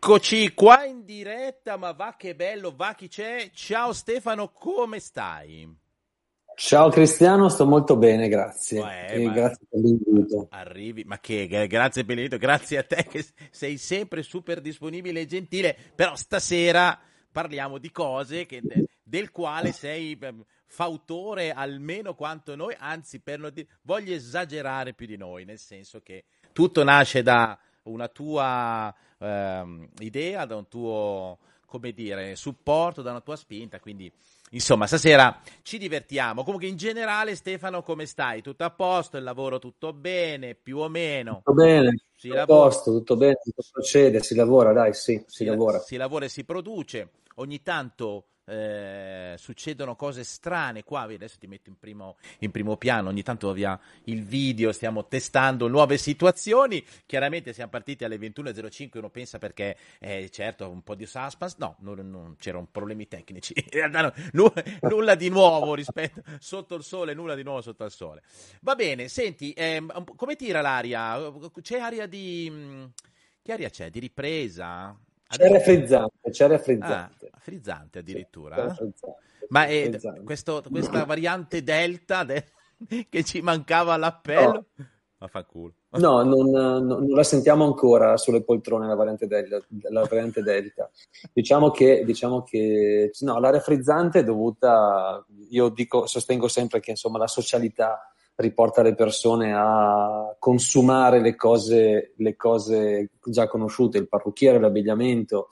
Eccoci qua in diretta, ma va che bello, va chi c'è. Ciao Stefano, come stai? Ciao Cristiano, sto molto bene, grazie. E Ma grazie per l'invito. arrivi, ma che grazie per l'invito, grazie a te che sei sempre super disponibile e gentile, però stasera parliamo di cose del quale sei fautore almeno quanto noi, anzi per non dire, voglio esagerare più di noi, nel senso che tutto nasce da una tua idea, da un tuo, come dire, supporto, da una tua spinta, quindi insomma, stasera ci divertiamo. Comunque, in generale, Stefano, come stai? Tutto a posto? Il lavoro tutto bene? Più o meno? Tutto bene, Si tutto a lavora, posto, tutto bene, tutto procede, si lavora, dai, sì, si lavora. si lavora e si produce. Ogni tanto succedono cose strane qua. Vedi, adesso ti metto in primo piano. Ogni tanto via il video, stiamo testando nuove situazioni. Chiaramente siamo partiti alle 21.05. Uno pensa perché, certo, un po' di suspense. No, non c'erano problemi tecnici. In realtà nulla di nuovo rispetto sotto il sole, nulla di nuovo sotto il sole. Va bene, senti, come tira l'aria? C'è aria di. Che aria c'è? Di ripresa? C'è Adesso. raffreddante, c'è Ah, raffreddante. frizzante Sì, c'è addirittura? raffreddante, Ma sì, raffreddante. questa variante Delta che ci mancava No, all'appello? Ma fa culo. no, non la sentiamo ancora sulle poltrone la variante Delta. Diciamo che no, l'aria frizzante è dovuta, io dico, sostengo sempre che insomma la socialità riporta le persone a consumare le cose già conosciute, il parrucchiere, l'abbigliamento,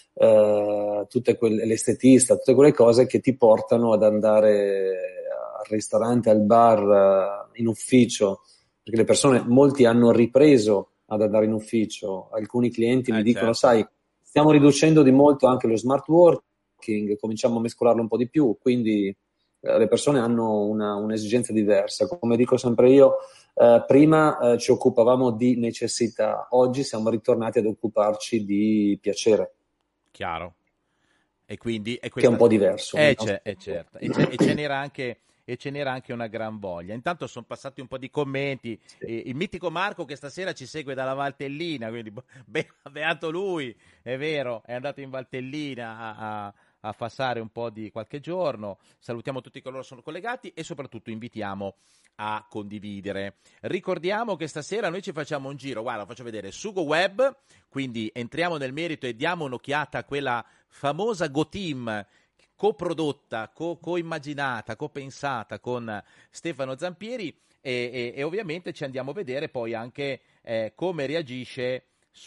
l'estetista, tutte quelle cose che ti portano ad andare al ristorante, al bar, in ufficio, perché le persone, molti hanno ripreso ad andare in ufficio, alcuni clienti mi dicono, Certo. sai, stiamo riducendo di molto anche lo smart working, cominciamo a mescolarlo un po' di più, quindi le persone hanno un'esigenza diversa. Come dico sempre io, prima ci occupavamo di necessità, oggi siamo ritornati ad occuparci di piacere, Chiaro. E quindi è che è un questa. po' diverso nel nostro lavoro. Certo. E ce n'era anche una gran voglia. Intanto sono passati un po' di commenti. Sì. Il mitico Marco che stasera ci segue dalla Valtellina, quindi beato lui, è vero, è andato in Valtellina a passare un po' di qualche giorno. Salutiamo tutti coloro che sono collegati e soprattutto invitiamo a condividere. Ricordiamo che stasera noi ci facciamo un giro, guarda, lo faccio vedere, Sugo Web, quindi entriamo nel merito e diamo un'occhiata a quella famosa GoTeam coprodotta, co-immaginata, co-pensata con Stefano Zampieri e ovviamente ci andiamo a vedere poi anche come reagisce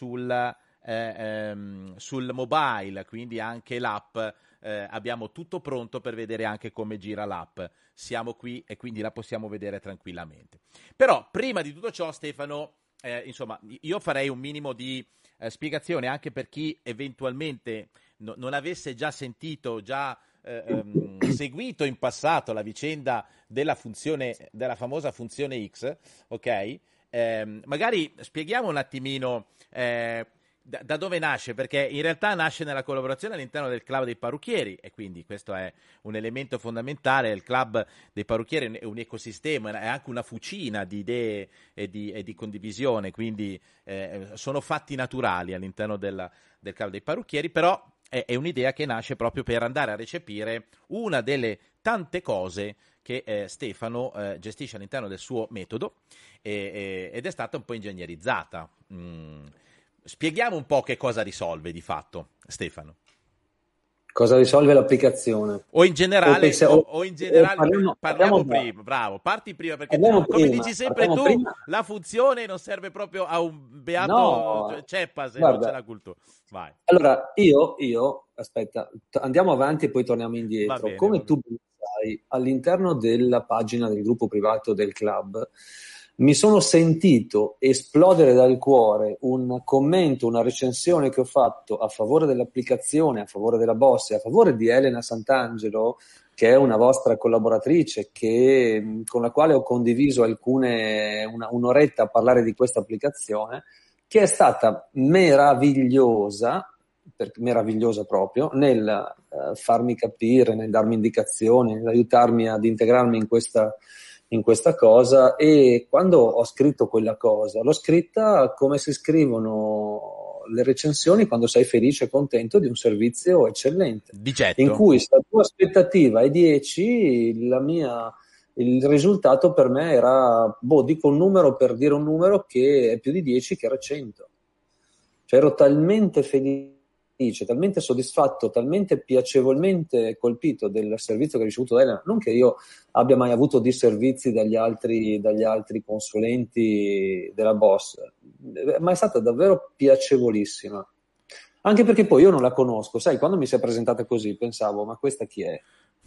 sul mobile, quindi anche l'app. Abbiamo tutto pronto per vedere anche come gira l'app. Siamo qui e quindi la possiamo vedere tranquillamente. Però prima di tutto ciò, Stefano, insomma, io farei un minimo di spiegazione anche per chi eventualmente non avesse già sentito, già seguito in passato la vicenda della famosa funzione X, ok? Magari spieghiamo un attimino da dove nasce, perché in realtà nasce nella collaborazione all'interno del club dei parrucchieri e quindi questo è un elemento fondamentale. Il club dei parrucchieri è un ecosistema, è anche una fucina di idee e di condivisione, quindi sono fatti naturali all'interno del club dei parrucchieri, però è un'idea che nasce proprio per andare a recepire una delle tante cose che Stefano gestisce all'interno del suo metodo ed è stata un po' ingegnerizzata. Spieghiamo un po' che cosa risolve di fatto, Stefano. Cosa risolve l'applicazione? O in generale, o in generale Parliamo parliamo prima, bravo, parti prima perché parliamo come prima, dici sempre parliamo tu, prima. la funzione non serve proprio a un beato No, ceppa se non c'è guarda, la cultura. Vai, allora aspetta, andiamo avanti e poi torniamo va indietro. bene, va Come bene. tu ben sai, all'interno della pagina del gruppo privato del club, mi sono sentito esplodere dal cuore un commento, una recensione che ho fatto a favore dell'applicazione, a favore della Boss e a favore di Elena Sant'Angelo, che è una vostra collaboratrice con la quale ho condiviso un'oretta a parlare di questa applicazione, che è stata meravigliosa proprio, nel farmi capire, nel darmi indicazioni, nell'aiutarmi ad integrarmi in questa cosa. E quando ho scritto quella cosa, l'ho scritta come si scrivono le recensioni quando sei felice e contento di un servizio eccellente. Di getto. In cui se la tua aspettativa è 10, il risultato per me era, dico un numero per dire un numero che è più di 10, che era 100. Cioè ero talmente felice, talmente soddisfatto, talmente piacevolmente colpito del servizio che ho ricevuto da Elena. Non che io abbia mai avuto disservizi dagli altri consulenti della Boss, ma è stata davvero piacevolissima. Anche perché poi io non la conosco, sai, quando mi si è presentata così pensavo, ma questa chi è?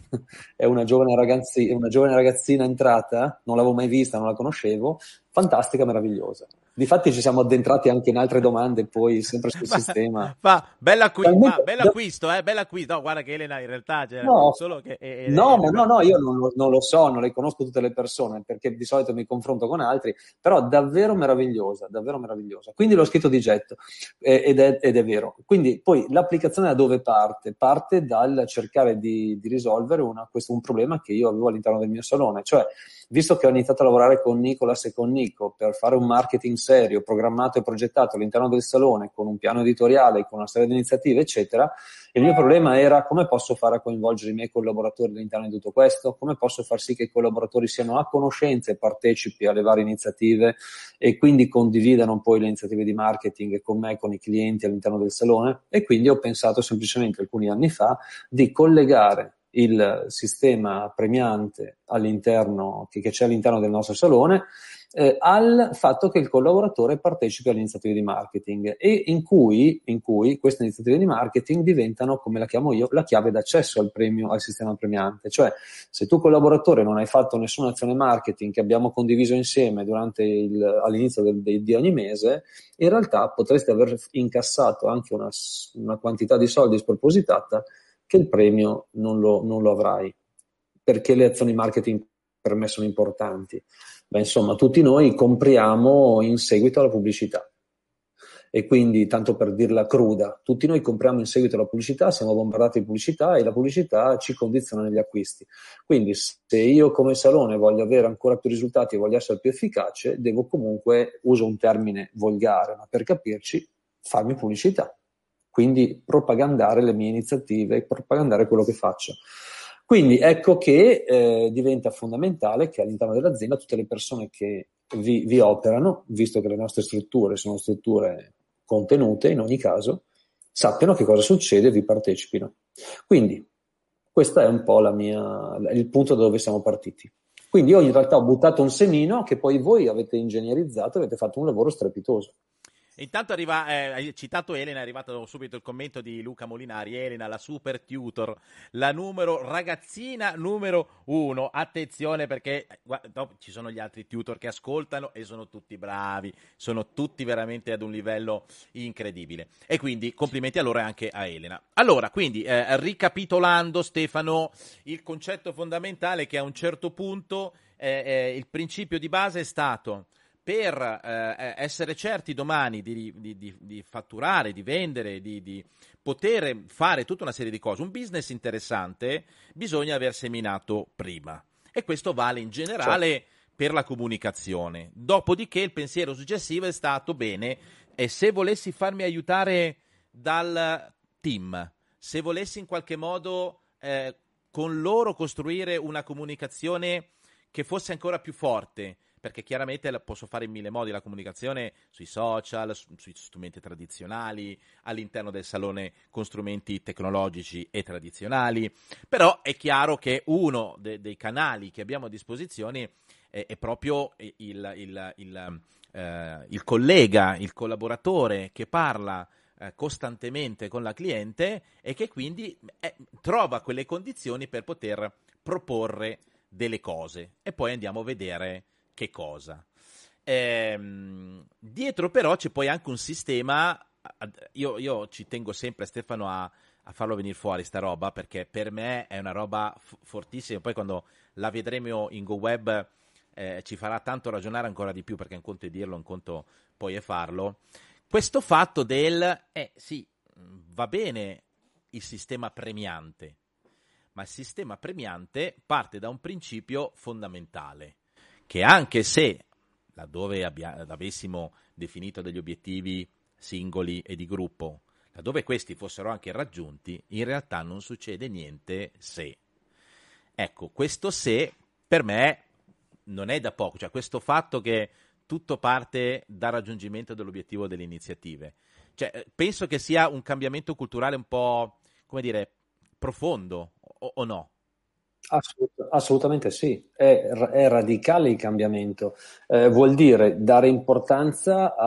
È una giovane ragazzina entrata, non l'avevo mai vista, non la conoscevo, fantastica, meravigliosa. Difatti ci siamo addentrati anche in altre domande, poi sempre sul sistema. Bell'acquisto, bell'acquisto. No, guarda che Elena in realtà No, solo che no, io non lo so, non le conosco tutte le persone, perché di solito mi confronto con altri, però davvero meravigliosa, davvero meravigliosa. Quindi l'ho scritto di getto, ed è vero. Quindi poi l'applicazione da dove parte? Parte dal cercare di risolvere un problema che io avevo all'interno del mio salone, cioè, visto che ho iniziato a lavorare con Nicolas e con Nico per fare un marketing serio, programmato e progettato all'interno del salone, con un piano editoriale, con una serie di iniziative, eccetera, il mio problema era: come posso fare a coinvolgere i miei collaboratori all'interno di tutto questo? Come posso far sì che i collaboratori siano a conoscenza e partecipi alle varie iniziative e quindi condividano poi le iniziative di marketing con me, con i clienti all'interno del salone? E quindi ho pensato semplicemente alcuni anni fa di collegare il sistema premiante all'interno, che c'è all'interno del nostro salone, al fatto che il collaboratore partecipi alle iniziative di marketing, e in cui queste iniziative di marketing diventano, come la chiamo io, la chiave d'accesso al sistema premiante. Cioè, se tu collaboratore non hai fatto nessuna azione marketing che abbiamo condiviso insieme all'inizio di ogni mese, in realtà potresti aver incassato anche una quantità di soldi spropositata, che il premio non lo avrai, perché le azioni marketing per me sono importanti. Beh, insomma, tutti noi compriamo in seguito alla pubblicità, e quindi, tanto per dirla cruda, tutti noi compriamo in seguito alla pubblicità, siamo bombardati di pubblicità e la pubblicità ci condiziona negli acquisti. Quindi se io come salone voglio avere ancora più risultati e voglio essere più efficace, devo comunque, uso un termine volgare, ma per capirci, farmi pubblicità. Quindi propagandare le mie iniziative, propagandare quello che faccio. Quindi ecco che diventa fondamentale che all'interno dell'azienda tutte le persone che vi operano, visto che le nostre strutture sono strutture contenute in ogni caso, sappiano che cosa succede e vi partecipino. Quindi questo è un po' il punto da dove siamo partiti. Quindi io in realtà ho buttato un semino che poi voi avete ingegnerizzato e avete fatto un lavoro strepitoso. Intanto hai citato Elena, è arrivato subito il commento di Luca Molinari. Elena, la super tutor, la ragazzina numero 1. Attenzione, perché dopo ci sono gli altri tutor che ascoltano e sono tutti bravi, sono tutti veramente ad un livello incredibile. E quindi complimenti a loro e anche a Elena. Allora, quindi ricapitolando, Stefano, il concetto fondamentale che a un certo punto il principio di base è stato: per essere certi domani di fatturare, di vendere, di poter fare tutta una serie di cose, un business interessante, bisogna aver seminato prima. E questo vale in generale per la comunicazione. Dopodiché il pensiero successivo è stato: bene, e se volessi farmi aiutare dal team, se volessi in qualche modo con loro costruire una comunicazione che fosse ancora più forte, perché chiaramente posso fare in mille modi la comunicazione sui social, sui strumenti tradizionali, all'interno del salone con strumenti tecnologici e tradizionali, però è chiaro che uno dei canali che abbiamo a disposizione è proprio il collega, il collaboratore che parla costantemente con la cliente e che quindi trova quelle condizioni per poter proporre delle cose, e poi andiamo a vedere che cosa. Dietro però c'è poi anche un sistema. Io ci tengo sempre, Stefano, a farlo venire fuori sta roba, perché per me è una roba fortissima. Poi quando la vedremo in GoWeb ci farà tanto ragionare ancora di più, perché un conto è dirlo, un conto poi è farlo. Questo fatto sì, va bene il sistema premiante, ma il sistema premiante parte da un principio fondamentale, che anche se, laddove avessimo definito degli obiettivi singoli e di gruppo, laddove questi fossero anche raggiunti, in realtà non succede niente se. Ecco, questo se per me non è da poco, cioè questo fatto che tutto parte dal raggiungimento dell'obiettivo delle iniziative. Cioè, penso che sia un cambiamento culturale un po', come dire, profondo, o no? Assolutamente sì, è radicale il cambiamento. Vuol dire dare importanza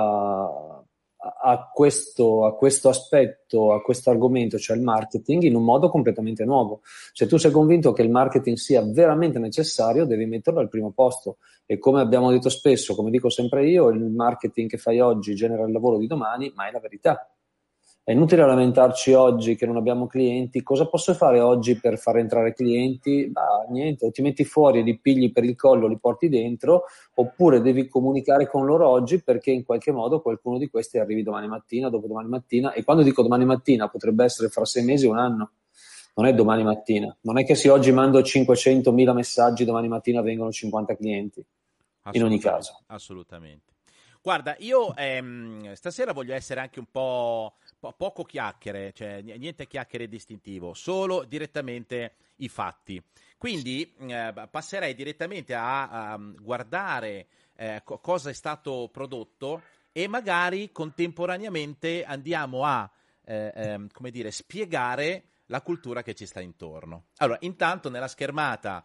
a questo aspetto, a questo argomento, cioè il marketing, in un modo completamente nuovo. Se tu sei convinto che il marketing sia veramente necessario, devi metterlo al primo posto. E come abbiamo detto spesso, come dico sempre io, il marketing che fai oggi genera il lavoro di domani, ma è la verità. È inutile lamentarci oggi che non abbiamo clienti. Cosa posso fare oggi per far entrare clienti? Bah, niente, o ti metti fuori e li pigli per il collo, li porti dentro, oppure devi comunicare con loro oggi perché in qualche modo qualcuno di questi arrivi domani mattina, dopodomani mattina. E quando dico domani mattina potrebbe essere fra 6 mesi o un anno. Non è domani mattina. Non è che se oggi mando 500.000 messaggi, domani mattina vengono 50 clienti. In ogni caso. Assolutamente. Guarda, io stasera voglio essere anche un po' poco chiacchiere, cioè niente chiacchiere distintivo, solo direttamente i fatti. Quindi passerei direttamente a guardare cosa è stato prodotto e magari contemporaneamente andiamo a come dire, spiegare la cultura che ci sta intorno. Allora, intanto nella schermata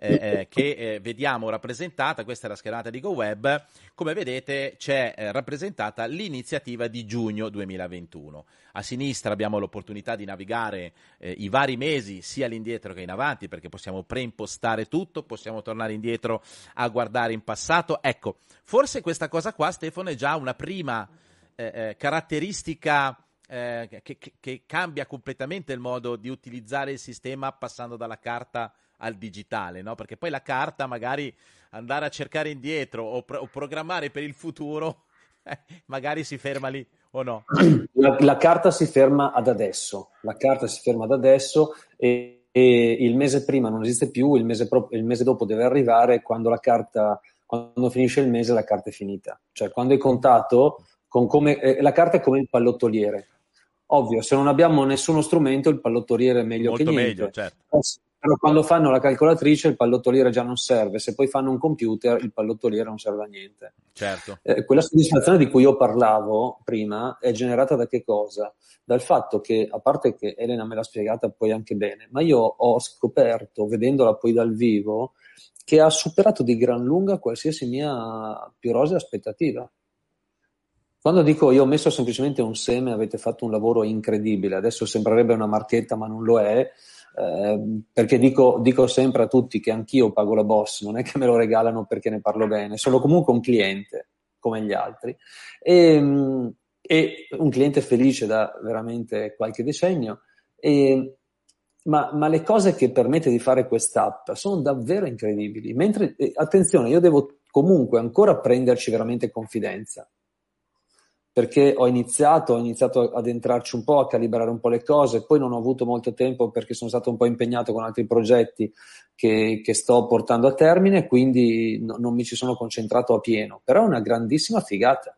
che vediamo rappresentata, questa è la schermata di GoWeb, come vedete c'è rappresentata l'iniziativa di giugno 2021. A sinistra abbiamo l'opportunità di navigare i vari mesi sia all'indietro che in avanti, perché possiamo preimpostare tutto, possiamo tornare indietro a guardare in passato. Ecco, forse questa cosa qua, Stefano, è già una prima caratteristica che cambia completamente il modo di utilizzare il sistema passando dalla carta al digitale, no? Perché poi la carta, magari andare a cercare indietro o programmare per il futuro, magari si ferma lì o no? La carta si ferma ad adesso, la carta si ferma ad adesso e il mese prima non esiste più, il mese dopo deve arrivare quando quando finisce il mese la carta è finita. Cioè quando hai contato, la carta è come il pallottoliere. Ovvio, se non abbiamo nessuno strumento il pallottoliere è meglio Molto che niente. meglio, certo. Però quando fanno la calcolatrice il pallottoliere già non serve, se poi fanno un computer il pallottoliere non serve a niente. Certo. Quella soddisfazione di cui io parlavo prima è generata da che cosa? Dal fatto che, a parte che Elena me l'ha spiegata poi anche bene, ma io ho scoperto, vedendola poi dal vivo, che ha superato di gran lunga qualsiasi mia più rosea aspettativa. Quando dico io ho messo semplicemente un seme, avete fatto un lavoro incredibile, adesso sembrerebbe una marchetta ma non lo è, perché dico sempre a tutti che anch'io pago la boss, non è che me lo regalano perché ne parlo bene, sono comunque un cliente come gli altri e un cliente felice da veramente qualche decennio, ma le cose che permette di fare quest'app sono davvero incredibili, mentre attenzione, io devo comunque ancora prenderci veramente confidenza, perché ho iniziato ad entrarci un po', a calibrare un po' le cose, poi non ho avuto molto tempo perché sono stato un po' impegnato con altri progetti che sto portando a termine, quindi non mi ci sono concentrato a pieno, però è una grandissima figata.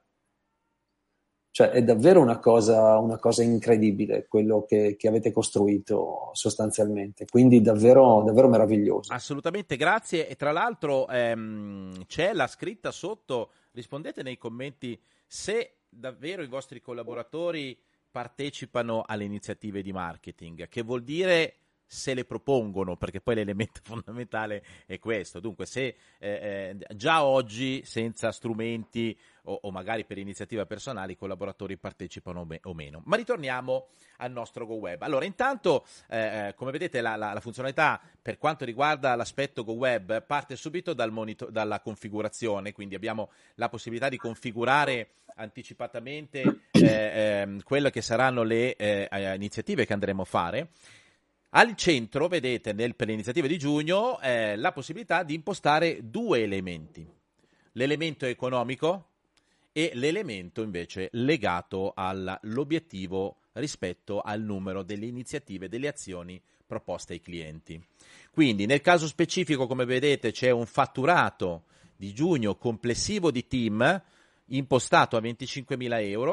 Cioè è davvero una cosa incredibile quello che avete costruito sostanzialmente, quindi davvero, davvero meraviglioso. Assolutamente, grazie. E tra l'altro c'è la scritta sotto, rispondete nei commenti se davvero i vostri collaboratori partecipano alle iniziative di marketing, che vuol dire se le propongono, perché poi l'elemento fondamentale è questo. Dunque, se già oggi senza strumenti o magari per iniziativa personale i collaboratori partecipano o meno. Ma ritorniamo al nostro GoWeb. Allora, intanto, come vedete, la funzionalità per quanto riguarda l'aspetto GoWeb parte subito dalla configurazione, quindi abbiamo la possibilità di configurare anticipatamente quelle che saranno le iniziative che andremo a fare. Al centro, vedete, per le iniziative di giugno, la possibilità di impostare due elementi. L'elemento economico e l'elemento invece legato all'obiettivo rispetto al numero delle iniziative, delle azioni proposte ai clienti. Quindi nel caso specifico, come vedete, c'è un fatturato di giugno complessivo di team impostato a 25.000 euro,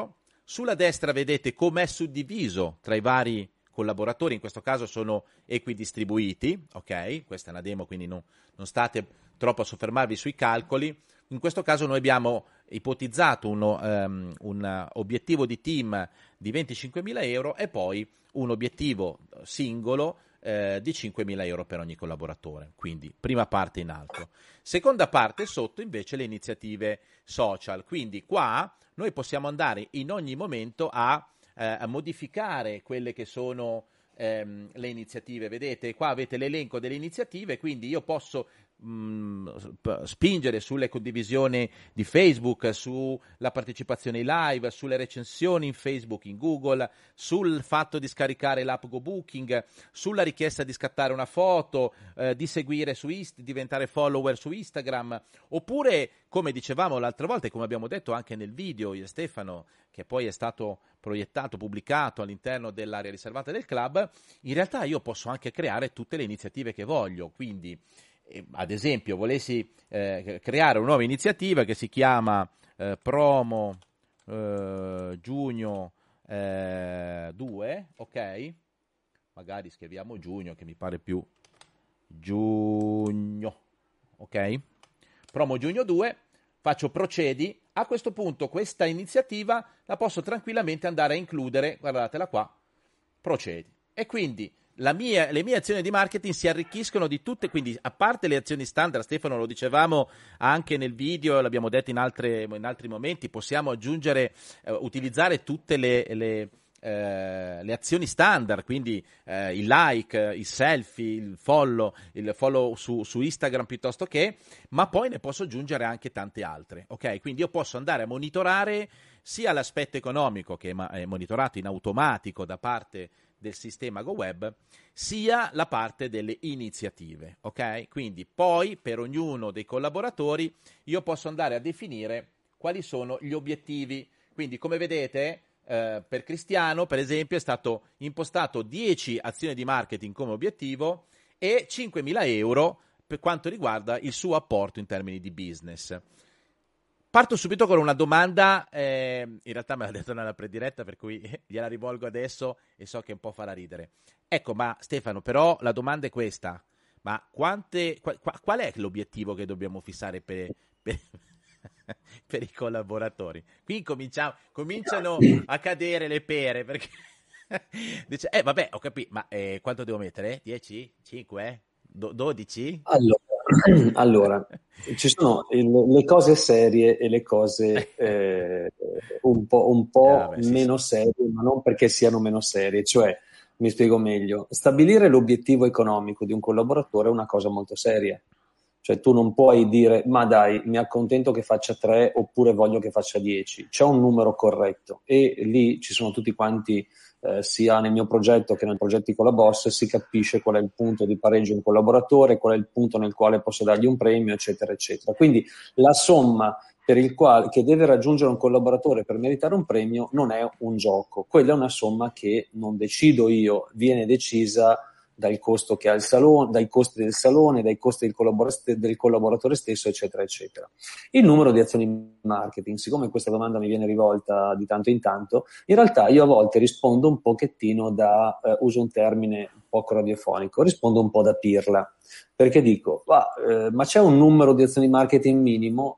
Sulla destra vedete com'è suddiviso tra i vari collaboratori, in questo caso sono equidistribuiti, ok? Questa è una demo, quindi non state troppo a soffermarvi sui calcoli. In questo caso noi abbiamo ipotizzato un obiettivo di team di 25.000 euro e poi un obiettivo singolo di 5.000 euro per ogni collaboratore. Quindi prima parte in alto. Seconda parte sotto invece le iniziative social. Quindi qua noi possiamo andare in ogni momento a modificare quelle che sono le iniziative. Vedete, qua avete l'elenco delle iniziative, quindi io posso spingere sulle condivisioni di Facebook, sulla partecipazione ai live, sulle recensioni in Facebook, in Google, sul fatto di scaricare l'app GoBooking, sulla richiesta di scattare una foto, di seguire diventare follower su Instagram, oppure, come dicevamo l'altra volta e come abbiamo detto anche nel video io e Stefano, che poi è stato proiettato, pubblicato all'interno dell'area riservata del club, in realtà io posso anche creare tutte le iniziative che voglio. Quindi ad esempio volessi creare una nuova iniziativa che si chiama Promo Giugno 2, ok? Magari scriviamo giugno, che mi pare più giugno, ok? Promo Giugno 2, faccio procedi. A questo punto questa iniziativa la posso tranquillamente andare a includere, guardatela qua, procedi. E quindi le mie azioni di marketing si arricchiscono di tutte, quindi a parte le azioni standard, Stefano lo dicevamo anche nel video, l'abbiamo detto in altri momenti, possiamo aggiungere, utilizzare tutte le azioni standard, quindi il like, il selfie, il follow su Instagram piuttosto che, ma poi ne posso aggiungere anche tante altre, ok? Quindi io posso andare a monitorare sia l'aspetto economico, che è monitorato in automatico da parte del sistema GoWeb, sia la parte delle iniziative, ok? Quindi poi per ognuno dei collaboratori io posso andare a definire quali sono gli obiettivi. Quindi come vedete per Cristiano, per esempio, è stato impostato 10 azioni di marketing come obiettivo e 5.000 euro per quanto riguarda il suo apporto in termini di business. Parto subito con una domanda, in realtà me l'ha detto nella prediretta, per cui gliela rivolgo adesso e so che un po' farà ridere. Ecco, ma Stefano, però la domanda è questa: ma qual è l'obiettivo che dobbiamo fissare per i collaboratori? Qui cominciano a cadere le pere, perché dice, vabbè, ho capito, ma quanto devo mettere? 10? 5? 12? Allora, ci sono le cose serie e le cose un po' Vabbè, sì, meno sì. serie, ma non perché siano meno serie. Cioè, mi spiego meglio, stabilire l'obiettivo economico di un collaboratore è una cosa molto seria. Cioè, tu non puoi dire, ma dai, mi accontento che faccia 3 oppure voglio che faccia 10. C'è un numero corretto e lì ci sono tutti quanti, sia nel mio progetto che nel progetto con la Boss, si capisce qual è il punto di pareggio un collaboratore, qual è il punto nel quale posso dargli un premio, eccetera, eccetera. Quindi la somma che deve raggiungere un collaboratore per meritare un premio non è un gioco. Quella è una somma che non decido io, viene decisa dal costo che ha il salone, dai costi del salone, dai costi del collaboratore stesso, eccetera, eccetera. Il numero di azioni marketing, siccome questa domanda mi viene rivolta di tanto in tanto, in realtà io a volte rispondo un pochettino uso un termine poco radiofonico, rispondo un po' da pirla, perché dico, ma c'è un numero di azioni marketing minimo?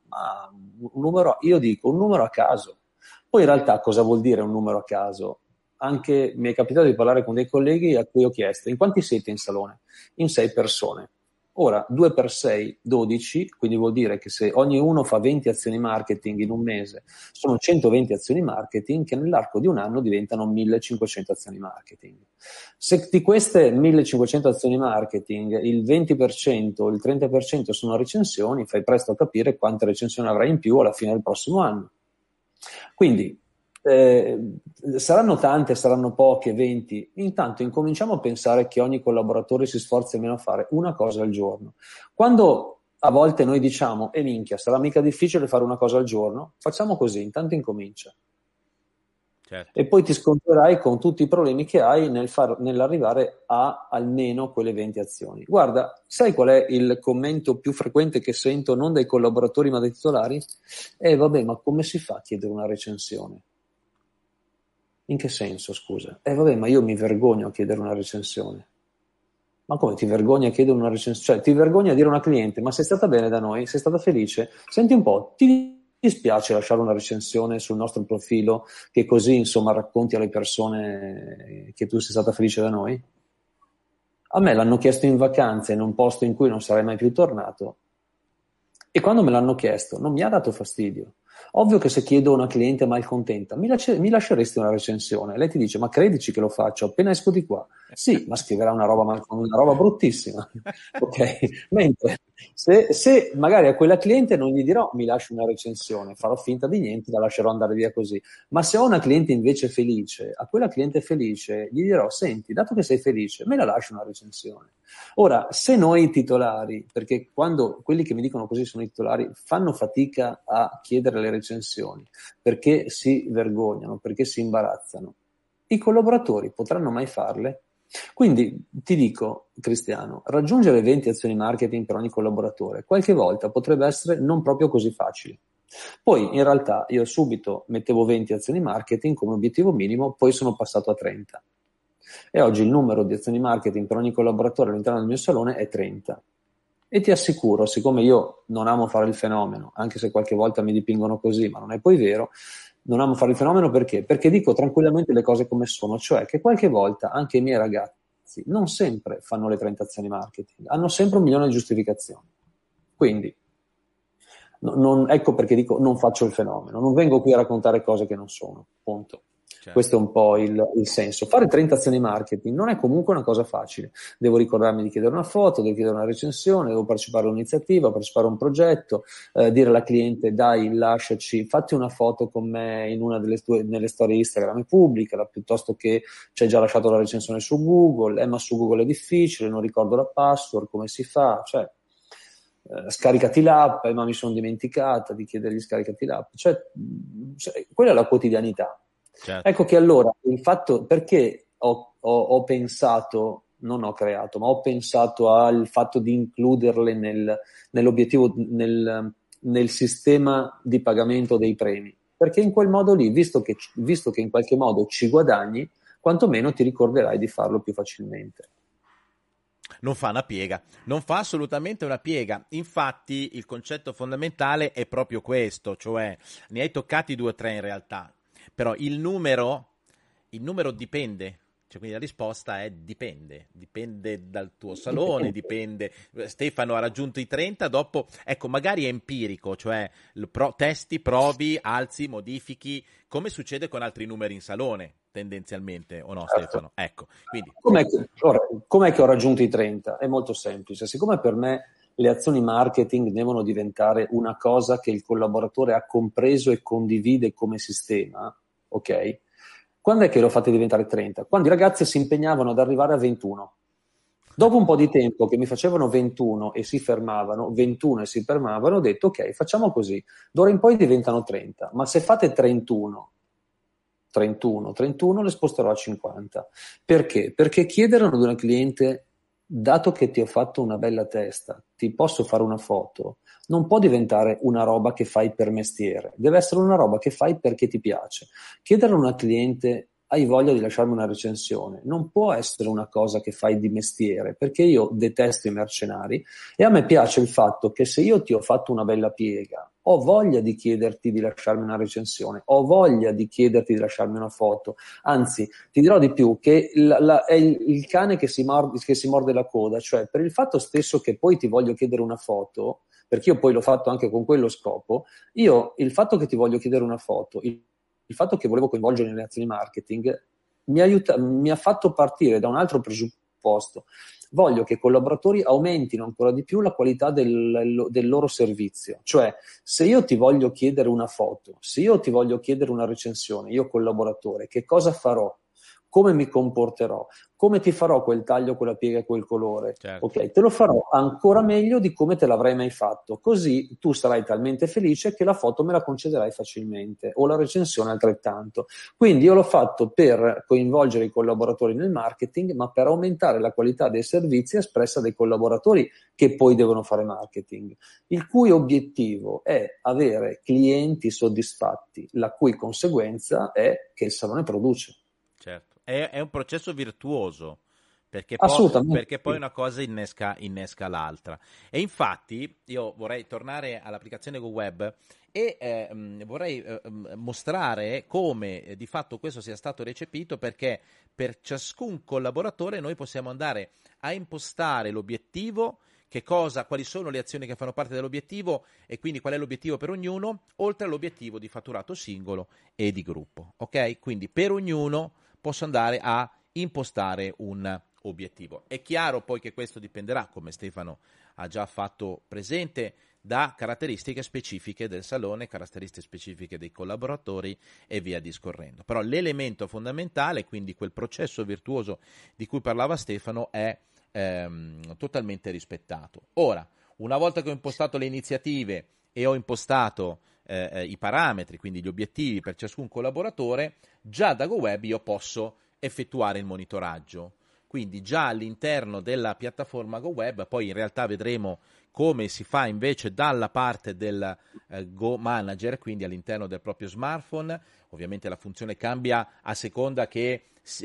Io dico un numero a caso. Poi in realtà cosa vuol dire un numero a caso? Anche mi è capitato di parlare con dei colleghi a cui ho chiesto: in quanti siete in salone? In 6 persone. Ora, 2 per 6, 12, quindi vuol dire che se ognuno fa 20 azioni marketing in un mese, sono 120 azioni marketing che nell'arco di un anno diventano 1500 azioni marketing. Se di queste 1500 azioni marketing il 20% o il 30% sono recensioni, fai presto a capire quante recensioni avrai in più alla fine del prossimo anno. Quindi saranno tante, saranno poche, 20. Intanto incominciamo a pensare che ogni collaboratore si sforzi almeno a fare una cosa al giorno. Quando a volte noi diciamo, minchia, sarà mica difficile fare una cosa al giorno, facciamo così, intanto incomincia. Certo. E poi ti scontrerai con tutti i problemi che hai nell'arrivare a almeno quelle 20 azioni. Guarda, sai qual è il commento più frequente che sento non dai collaboratori ma dai titolari? Vabbè, ma come si fa a chiedere una recensione? In che senso, scusa? Vabbè, ma io mi vergogno a chiedere una recensione. Ma come ti vergogni a chiedere una recensione? Cioè, ti vergogni a dire a una cliente, ma sei stata bene da noi? Sei stata felice? Senti un po', ti dispiace lasciare una recensione sul nostro profilo che così, insomma, racconti alle persone che tu sei stata felice da noi? A me l'hanno chiesto in vacanza in un posto in cui non sarei mai più tornato e quando me l'hanno chiesto non mi ha dato fastidio. Ovvio che se chiedo a una cliente malcontenta, mi lasceresti una recensione? Lei ti dice, ma credici che lo faccio appena esco di qua? Sì, ma scriverà una roba bruttissima. Ok? Mentre se magari a quella cliente non gli dirò mi lasci una recensione, farò finta di niente, la lascerò andare via così. Ma se ho una cliente invece felice, a quella cliente felice gli dirò, senti, dato che sei felice, me la lasci una recensione. Ora, se noi titolari, perché quando quelli che mi dicono così sono i titolari, fanno fatica a chiedere le recensioni perché si vergognano, perché si imbarazzano, i collaboratori potranno mai farle? Quindi ti dico, Cristiano, raggiungere 20 azioni marketing per ogni collaboratore qualche volta potrebbe essere non proprio così facile. Poi in realtà io subito mettevo 20 azioni marketing come obiettivo minimo, poi sono passato a 30. E oggi il numero di azioni marketing per ogni collaboratore all'interno del mio salone è 30. E ti assicuro, siccome io non amo fare il fenomeno, anche se qualche volta mi dipingono così, ma non è poi vero, non amo fare il fenomeno perché? Perché dico tranquillamente le cose come sono, cioè che qualche volta anche i miei ragazzi non sempre fanno le 30 azioni marketing, hanno sempre 1 milione di giustificazioni. Quindi, ecco perché dico non faccio il fenomeno, non vengo qui a raccontare cose che non sono, punto. Certo. Questo è un po' il senso. Fare 30 azioni marketing non è comunque una cosa facile. Devo ricordarmi di chiedere una foto, devo chiedere una recensione, devo partecipare a un'iniziativa, partecipare a un progetto, dire alla cliente dai, lasciaci, fatti una foto con me in una nelle storie Instagram e pubblicala, piuttosto che ci hai già lasciato la recensione su Google, ma su Google è difficile, non ricordo la password, come si fa, cioè scaricati l'app, ma mi sono dimenticata di chiedergli scaricati l'app, cioè quella è la quotidianità. Certo. Ecco che allora il fatto, perché ho pensato, non ho creato, ma ho pensato al fatto di includerle nell'obiettivo, nel sistema di pagamento dei premi, perché in quel modo lì, visto che in qualche modo ci guadagni, quantomeno ti ricorderai di farlo più facilmente. Non fa una piega, non fa assolutamente una piega. Infatti il concetto fondamentale è proprio questo, cioè ne hai toccati 2 o 3 in realtà, però il numero dipende. Cioè, quindi la risposta è dipende dal tuo salone, dipende. Stefano ha raggiunto i 30, dopo, ecco, magari è empirico, cioè testi, provi, alzi, modifichi, come succede con altri numeri in salone, tendenzialmente, o no, Certo. Stefano? Ecco, quindi... Com'è che ho raggiunto i 30? È molto semplice. Siccome per me le azioni marketing devono diventare una cosa che il collaboratore ha compreso e condivide come sistema, ok? Quando è che le ho fatte diventare 30? Quando i ragazzi si impegnavano ad arrivare a 21. Dopo un po' di tempo che mi facevano 21 e si fermavano, 21 e si fermavano, ho detto ok, facciamo così. D'ora in poi diventano 30, ma se fate 31 le sposterò a 50. Perché? Perché chiedere ad una cliente, dato che ti ho fatto una bella testa, ti posso fare una foto, non può diventare una roba che fai per mestiere, deve essere una roba che fai perché ti piace. Chiedere a una cliente, hai voglia di lasciarmi una recensione, non può essere una cosa che fai di mestiere, perché io detesto i mercenari e a me piace il fatto che se io ti ho fatto una bella piega, ho voglia di chiederti di lasciarmi una recensione, ho voglia di chiederti di lasciarmi una foto, anzi ti dirò di più che è il cane che si morde la coda, cioè per il fatto stesso che poi ti voglio chiedere una foto, perché io poi l'ho fatto anche con quello scopo, io il fatto che ti voglio chiedere una foto, il fatto che volevo coinvolgere nelle azioni marketing mi ha fatto partire da un altro presupposto. Voglio che i collaboratori aumentino ancora di più la qualità del loro servizio. Cioè, se io ti voglio chiedere una foto, se io ti voglio chiedere una recensione, io collaboratore, che cosa farò? come mi comporterò, come ti farò quel taglio, quella piega e quel colore. Certo. Ok, te lo farò ancora meglio di come te l'avrei mai fatto, così tu sarai talmente felice che la foto me la concederai facilmente o la recensione altrettanto. Quindi io l'ho fatto per coinvolgere i collaboratori nel marketing, ma per aumentare la qualità dei servizi espressa dai collaboratori che poi devono fare marketing, il cui obiettivo è avere clienti soddisfatti, la cui conseguenza è che il salone produce. Certo, è un processo virtuoso Assolutamente perché poi sì. una cosa innesca l'altra. E infatti io vorrei tornare all'applicazione Go Web e vorrei mostrare come di fatto questo sia stato recepito, perché per ciascun collaboratore noi possiamo andare a impostare l'obiettivo, quali sono le azioni che fanno parte dell'obiettivo e quindi qual è l'obiettivo per ognuno, oltre all'obiettivo di fatturato singolo e di gruppo. Ok? Quindi per ognuno posso andare a impostare un obiettivo. È chiaro poi che questo dipenderà, come Stefano ha già fatto presente, da caratteristiche specifiche del salone, caratteristiche specifiche dei collaboratori e via discorrendo. Però l'elemento fondamentale, quindi quel processo virtuoso di cui parlava Stefano, è totalmente rispettato. Ora, una volta che ho impostato le iniziative e ho impostato i parametri, quindi gli obiettivi per ciascun collaboratore, già da GoWeb io posso effettuare il monitoraggio. Quindi già all'interno della piattaforma GoWeb, poi in realtà vedremo come si fa invece dalla parte del Go Manager, quindi all'interno del proprio smartphone. Ovviamente la funzione cambia a seconda che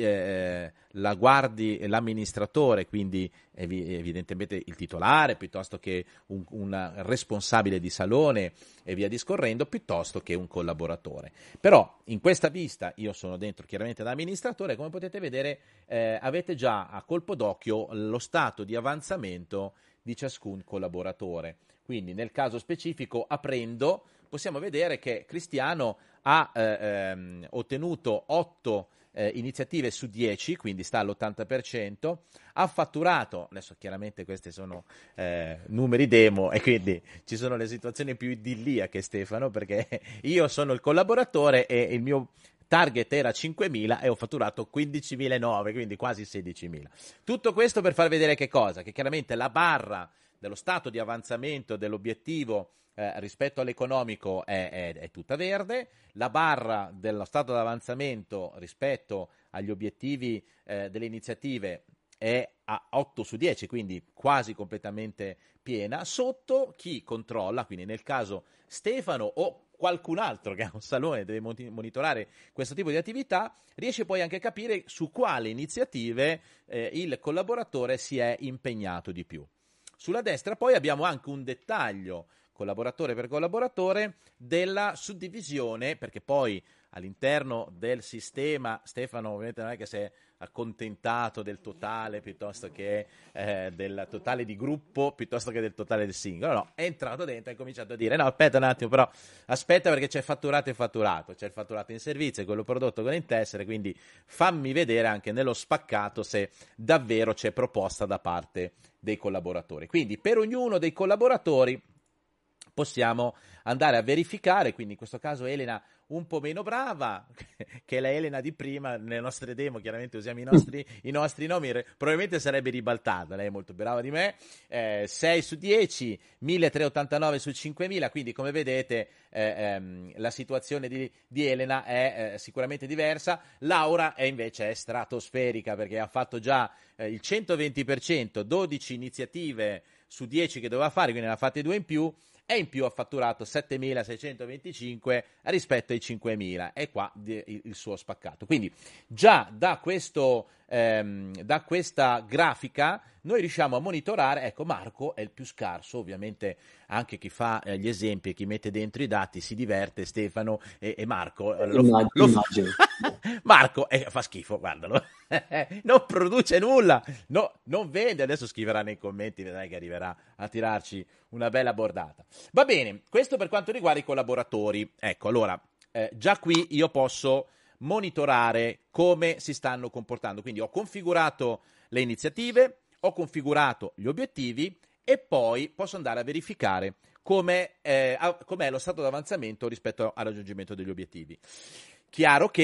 la guardi l'amministratore, quindi evidentemente il titolare, piuttosto che un responsabile di salone e via discorrendo, piuttosto che un collaboratore. Però in questa vista io sono dentro chiaramente da amministratore, come potete vedere avete già a colpo d'occhio lo stato di avanzamento di ciascun collaboratore. Quindi nel caso specifico, aprendo, possiamo vedere che Cristiano ha ottenuto 8 iniziative su 10, quindi sta all'80%, ha fatturato, adesso chiaramente questi sono numeri demo e quindi ci sono le situazioni più idilliache, Stefano, perché io sono il collaboratore e il mio target era 5.000 e ho fatturato 15.009, quindi quasi 16.000. Tutto questo per far vedere che cosa? Che chiaramente la barra dello stato di avanzamento dell'obiettivo rispetto all'economico è tutta verde, la barra dello stato di avanzamento rispetto agli obiettivi delle iniziative è a 8 su 10, quindi quasi completamente piena. Sotto chi controlla, quindi nel caso Stefano o qualcun altro che ha un salone deve monitorare questo tipo di attività, riesce poi anche a capire su quali iniziative il collaboratore si è impegnato di più. Sulla destra poi abbiamo anche un dettaglio, collaboratore per collaboratore, della suddivisione, perché poi all'interno del sistema, Stefano ovviamente non è che si è accontentato del totale piuttosto che del totale di gruppo piuttosto che del totale del singolo, no, è entrato dentro e ha cominciato a dire no, aspetta un attimo, però aspetta, perché c'è fatturato e fatturato, c'è il fatturato in servizio e quello prodotto con in tessere, quindi fammi vedere anche nello spaccato se davvero c'è proposta da parte dei collaboratori. Quindi per ognuno dei collaboratori possiamo andare a verificare, quindi in questo caso Elena un po' meno brava, che è la Elena di prima, nelle nostre demo chiaramente usiamo i nostri nomi, probabilmente sarebbe ribaltata, lei è molto brava di me, 6 su 10, 1.389 su 5.000, quindi come vedete la situazione di Elena è sicuramente diversa. Laura invece è stratosferica perché ha fatto già il 120%, 12 iniziative su 10 che doveva fare, quindi ne ha fatte 2 in più, e in più ha fatturato 7.625 rispetto ai 5.000, e qua il suo spaccato. Quindi già da questa grafica noi riusciamo a monitorare, ecco Marco è il più scarso, ovviamente anche chi fa gli esempi e chi mette dentro i dati si diverte, Stefano e Marco Immagino. Marco fa schifo, guardalo, non produce nulla, no, non vende, adesso scriverà nei commenti, vedrai che arriverà a tirarci una bella bordata. Va bene, questo per quanto riguarda i collaboratori. Ecco, allora, già qui io posso monitorare come si stanno comportando, quindi ho configurato le iniziative, ho configurato gli obiettivi e poi posso andare a verificare com'è lo stato di avanzamento rispetto al raggiungimento degli obiettivi. Chiaro che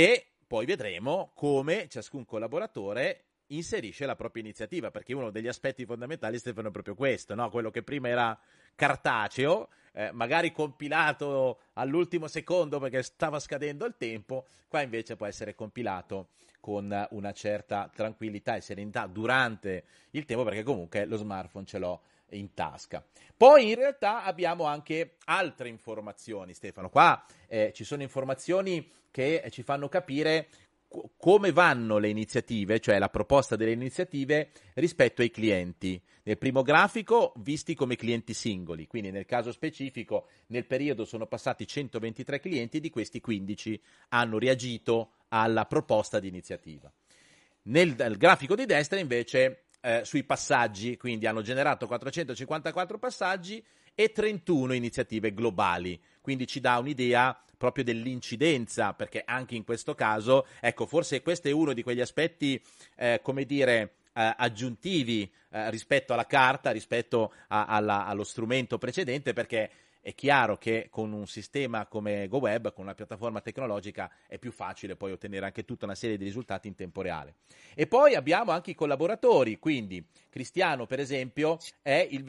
poi vedremo come ciascun collaboratore inserisce la propria iniziativa, perché uno degli aspetti fondamentali, Stefano, è proprio questo, no? Quello che prima era cartaceo, magari compilato all'ultimo secondo perché stava scadendo il tempo, qua invece può essere compilato con una certa tranquillità e serenità durante il tempo, perché comunque lo smartphone ce l'ho in tasca. Poi in realtà abbiamo anche altre informazioni, Stefano. Qua ci sono informazioni che ci fanno capire come vanno le iniziative, cioè la proposta delle iniziative rispetto ai clienti. Nel primo grafico visti come clienti singoli, quindi nel caso specifico nel periodo sono passati 123 clienti, di questi 15 hanno reagito alla proposta di iniziativa. Nel grafico di destra invece sui passaggi, quindi hanno generato 454 passaggi e 31 iniziative globali, quindi ci dà un'idea proprio dell'incidenza, perché anche in questo caso, ecco, forse questo è uno di quegli aspetti, come dire, aggiuntivi rispetto alla carta, rispetto allo strumento precedente, perché è chiaro che con un sistema come GoWeb, con una piattaforma tecnologica, è più facile poi ottenere anche tutta una serie di risultati in tempo reale. E poi abbiamo anche i collaboratori, quindi Cristiano per esempio è il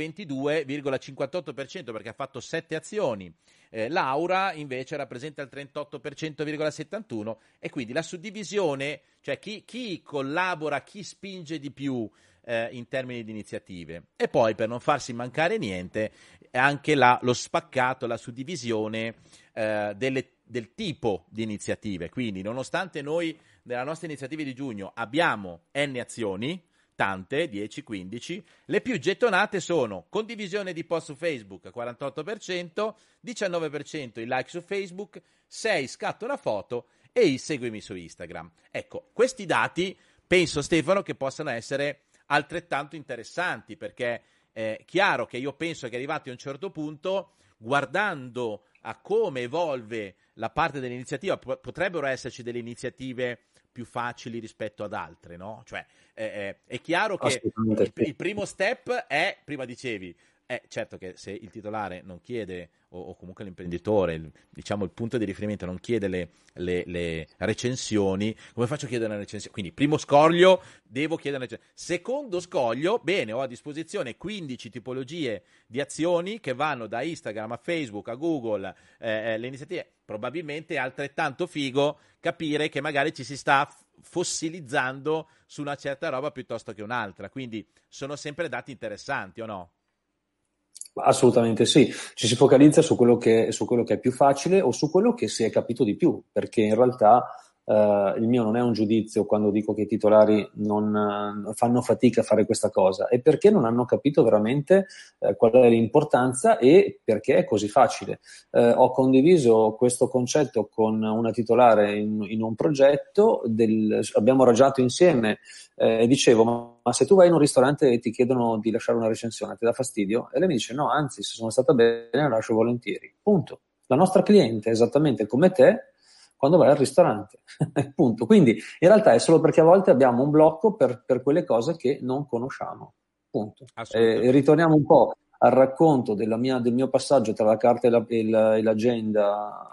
22,58% perché ha fatto 7 azioni, Laura invece rappresenta il 38,71% e quindi la suddivisione, cioè chi collabora, chi spinge di più in termini di iniziative. E poi, per non farsi mancare niente, anche lo spaccato, la suddivisione del tipo di iniziative. Quindi, nonostante noi nella nostra iniziativa di giugno abbiamo N azioni, tante, 10, 15, le più gettonate sono condivisione di post su Facebook, 48%, 19% i like su Facebook, 6 scatto una foto e il seguimi su Instagram. Ecco, questi dati penso, Stefano, che possano essere altrettanto interessanti, perché è chiaro che io penso che arrivati a un certo punto, guardando a come evolve la parte dell'iniziativa, potrebbero esserci delle iniziative più facili rispetto ad altre, no? Cioè è chiaro che il primo step è, prima dicevi, certo che se il titolare non chiede, o comunque l'imprenditore, diciamo il punto di riferimento non chiede le recensioni, come faccio a chiedere una recensione? Quindi primo scoglio, devo chiedere una recensione. Secondo scoglio, bene, ho a disposizione 15 tipologie di azioni che vanno da Instagram a Facebook a Google, le iniziative. Probabilmente è altrettanto figo capire che magari ci si sta fossilizzando su una certa roba piuttosto che un'altra, quindi sono sempre dati interessanti, o no? Assolutamente sì, ci si focalizza su quello che è più facile o su quello che si è capito di più, perché in realtà il mio non è un giudizio quando dico che i titolari non fanno fatica a fare questa cosa, è perché non hanno capito veramente qual è l'importanza e perché è così facile. Ho condiviso questo concetto con una titolare in un progetto, abbiamo ragionato insieme e dicevo, ma se tu vai in un ristorante e ti chiedono di lasciare una recensione, ti dà fastidio? E lei mi dice, no, anzi, se sono stata bene la lascio volentieri. Punto. La nostra cliente è esattamente come te quando vai al ristorante. Punto. Quindi in realtà è solo perché a volte abbiamo un blocco per quelle cose che non conosciamo. Punto. E ritorniamo un po' al racconto del mio passaggio tra la carta e l'agenda.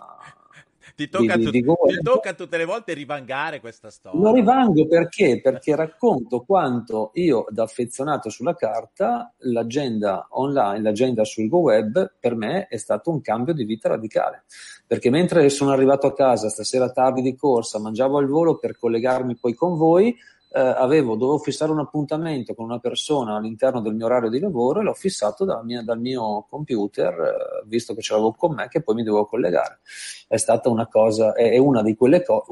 Ti tocca tutte le volte rivangare questa storia. Lo rivango perché racconto quanto io, da affezionato sulla carta, l'agenda online, l'agenda sul GoWeb, per me è stato un cambio di vita radicale. Perché mentre sono arrivato a casa stasera tardi di corsa, mangiavo al volo per collegarmi poi con voi, dovevo fissare un appuntamento con una persona all'interno del mio orario di lavoro e l'ho fissato dal mio computer, visto che ce l'avevo con me, che poi mi dovevo collegare. È stata una cosa, è una di quelle cose,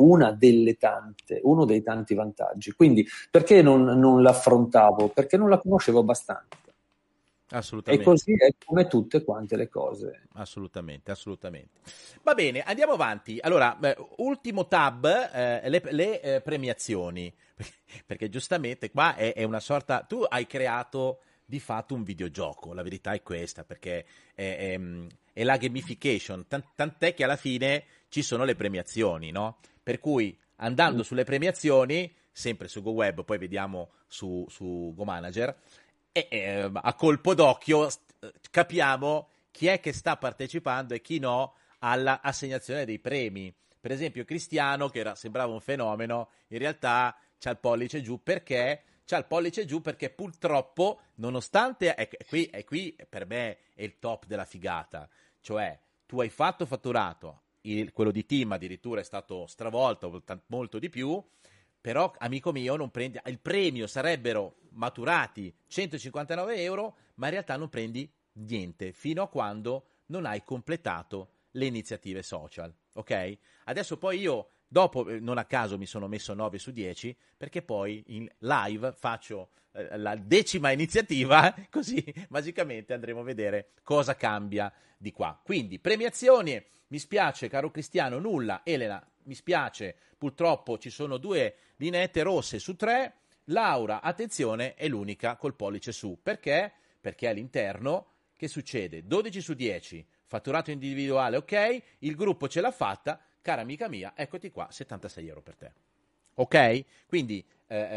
uno dei tanti vantaggi. Quindi perché non l'affrontavo? Perché non la conoscevo abbastanza. Assolutamente. E così è come tutte quante le cose. Assolutamente. Va bene, andiamo avanti. Allora, ultimo tab, le premiazioni, perché giustamente qua è una sorta. Tu hai creato di fatto un videogioco, la verità è questa, perché è la gamification, tant'è che alla fine ci sono le premiazioni, no? Per cui andando sulle premiazioni, sempre su GoWeb, poi vediamo su GoManager, e a colpo d'occhio capiamo chi è che sta partecipando e chi no all'assegnazione dei premi. Per esempio Cristiano, sembrava un fenomeno, in realtà c'ha il pollice giù perché... C'ha il pollice giù perché purtroppo, nonostante, qui per me è il top della figata, cioè tu hai fatto fatturato, quello di team addirittura è stato stravolto, molto di più, però amico mio non prendi, il premio sarebbero maturati 159 euro, ma in realtà non prendi niente fino a quando non hai completato le iniziative social, ok? Adesso poi io, dopo, non a caso mi sono messo 9 su 10, perché poi in live faccio la 10ª iniziativa, così magicamente andremo a vedere cosa cambia di qua. Quindi, premiazioni, mi spiace, caro Cristiano, nulla. Elena, mi spiace, purtroppo ci sono 2 lineette rosse su 3. Laura, attenzione, è l'unica col pollice su. Perché? Perché all'interno, che succede? 12 su 10, fatturato individuale, ok, il gruppo ce l'ha fatta, cara amica mia, eccoti qua, 76 euro per te. Ok? Quindi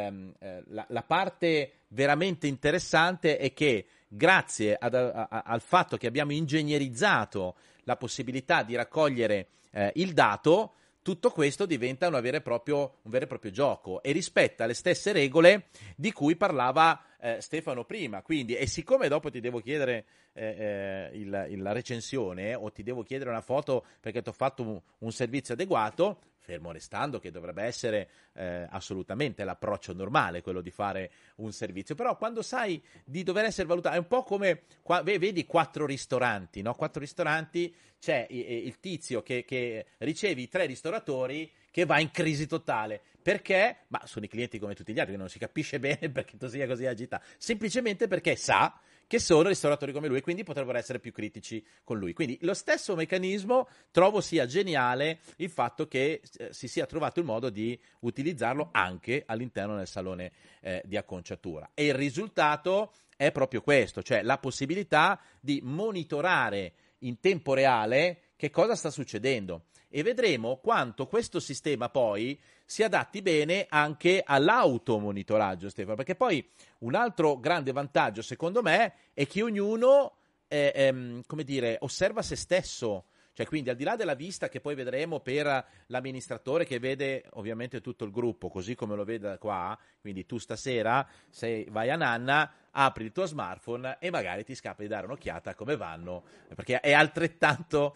la parte veramente interessante è che grazie al fatto che abbiamo ingegnerizzato la possibilità di raccogliere il dato, tutto questo diventa un vero e proprio gioco e rispetta le stesse regole di cui parlava Stefano prima. Quindi, e siccome dopo ti devo chiedere la recensione o ti devo chiedere una foto perché ti ho fatto un servizio adeguato, fermo restando che dovrebbe essere assolutamente l'approccio normale, quello di fare un servizio, però quando sai di dover essere valutato, è un po' come, vedi 4 ristoranti, no? 4 ristoranti, c'è il tizio che ricevi i 3 ristoratori che va in crisi totale. Perché? Ma sono i clienti come tutti gli altri, che non si capisce bene perché tu sia così agitato, semplicemente perché sa che sono ristoratori come lui e quindi potrebbero essere più critici con lui. Quindi lo stesso meccanismo trovo sia geniale il fatto che si sia trovato il modo di utilizzarlo anche all'interno del salone di acconciatura. E il risultato è proprio questo, cioè la possibilità di monitorare in tempo reale che cosa sta succedendo. E vedremo quanto questo sistema poi si adatti bene anche all'automonitoraggio, Stefano, perché poi un altro grande vantaggio, secondo me, è che ognuno, come dire, osserva se stesso. Cioè, quindi, al di là della vista che poi vedremo per l'amministratore che vede ovviamente tutto il gruppo, così come lo vede qua, quindi tu stasera, se vai a Nanna, apri il tuo smartphone e magari ti scappa di dare un'occhiata a come vanno, perché è altrettanto,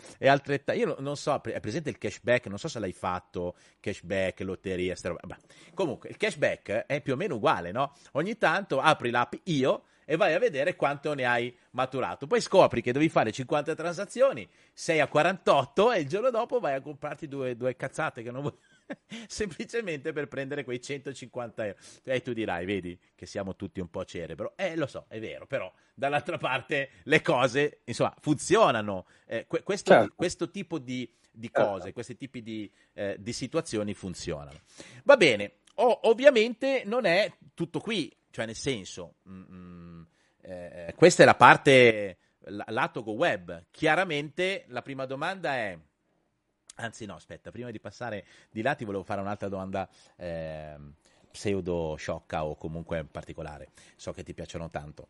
io non so, è presente il cashback, non so se l'hai fatto, cashback, lotteria, comunque il cashback è più o meno uguale, no? Ogni tanto apri l'app Io e vai a vedere quanto ne hai maturato. Poi scopri che devi fare 50 transazioni, sei a 48 e il giorno dopo vai a comprarti due cazzate che non vuoi semplicemente per prendere quei 150 euro. E tu dirai, vedi che siamo tutti un po' cerebro. Lo so, è vero, però dall'altra parte le cose, insomma, funzionano. Questo tipo di cose, questi tipi di situazioni funzionano. Va bene, ovviamente non è tutto qui, cioè nel senso, questa è la parte lato go web. Chiaramente la prima domanda è, anzi no, aspetta, prima di passare di là ti volevo fare un'altra domanda pseudo sciocca o comunque particolare, so che ti piacciono tanto.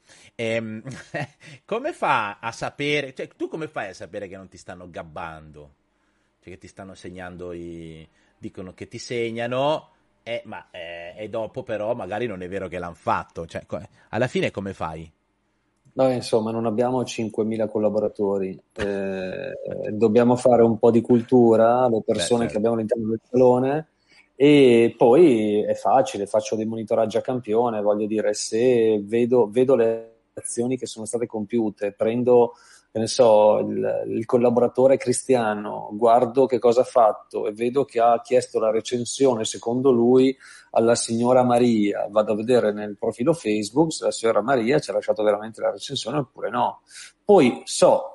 Come fa a sapere, cioè tu come fai a sapere che non ti stanno gabbando? Cioè che ti stanno segnando dicono che ti segnano, ma dopo però magari non è vero che l'hanno fatto, cioè alla fine come fai? Noi, insomma, non abbiamo 5.000 collaboratori, dobbiamo fare un po' di cultura, le persone che Certo. abbiamo all'interno del salone, e poi è facile, faccio dei monitoraggi a campione, voglio dire, se vedo le azioni che sono state compiute, prendo, che ne so, il collaboratore Cristiano, guardo che cosa ha fatto e vedo che ha chiesto la recensione, secondo lui, alla signora Maria, vado a vedere nel profilo Facebook se la signora Maria ci ha lasciato veramente la recensione oppure no. Poi so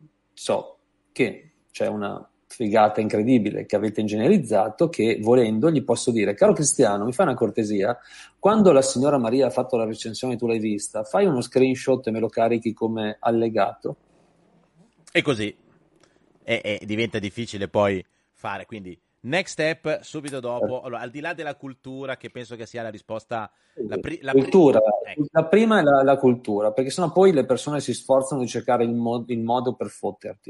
che c'è una figata incredibile che avete ingegnerizzato, che volendo gli posso dire: caro Cristiano, mi fai una cortesia, quando la signora Maria ha fatto la recensione, tu l'hai vista, fai uno screenshot e me lo carichi come allegato. E così diventa difficile poi fare, quindi next step subito dopo. Allora, al di là della cultura, che penso che sia la risposta, Cultura, ecco. la prima è la cultura, perché sennò poi le persone si sforzano di cercare il modo per fotterti.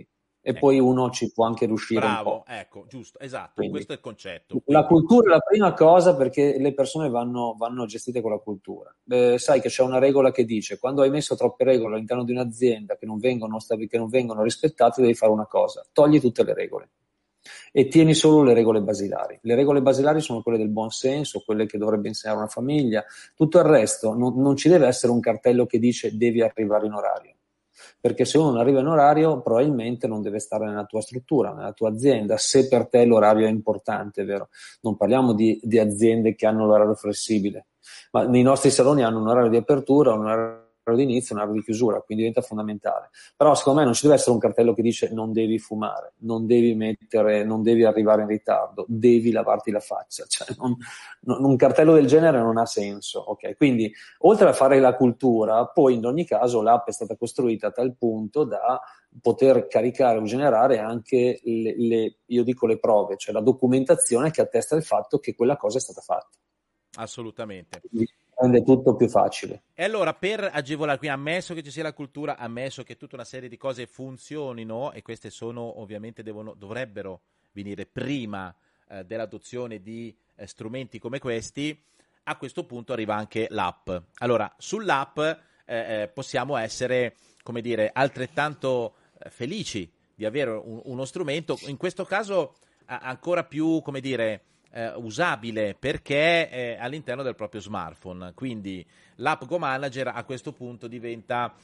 e poi uno ci può anche riuscire un Bravo, po'. ecco, giusto, esatto, Quindi, questo è il concetto. la Quindi, cultura è la prima cosa perché le persone vanno gestite con la cultura. Sai che c'è una regola che dice: quando hai messo troppe regole all'interno di un'azienda che non vengono rispettate, devi fare una cosa: togli tutte le regole e tieni solo le regole basilari. Le regole basilari sono quelle del buon senso, quelle che dovrebbe insegnare una famiglia. Tutto il resto non ci deve essere un cartello che dice devi arrivare in orario. Perché se uno non arriva in orario, probabilmente non deve stare nella tua struttura, nella tua azienda, se per te l'orario è importante, vero? Non parliamo di aziende che hanno l'orario flessibile, ma nei nostri saloni hanno un orario di apertura, un orario di inizio, un orario di chiusura, quindi diventa fondamentale. Però secondo me non ci deve essere un cartello che dice non devi fumare, non devi arrivare in ritardo, devi lavarti la faccia. Cioè, un cartello del genere non ha senso, ok? Quindi oltre a fare la cultura, poi in ogni caso l'app è stata costruita a tal punto da poter caricare o generare anche io dico le prove, cioè la documentazione che attesta il fatto che quella cosa è stata fatta. assolutamente. Quindi rende tutto più facile. E allora, per agevolare, qui ammesso che ci sia la cultura, ammesso che tutta una serie di cose funzionino, e queste sono ovviamente dovrebbero venire prima dell'adozione di strumenti come questi, a questo punto arriva anche l'app. Allora, sull'app possiamo essere, come dire, altrettanto felici di avere uno strumento, in questo caso ancora più, come dire, usabile perché è all'interno del proprio smartphone. Quindi l'app Go Manager a questo punto diventa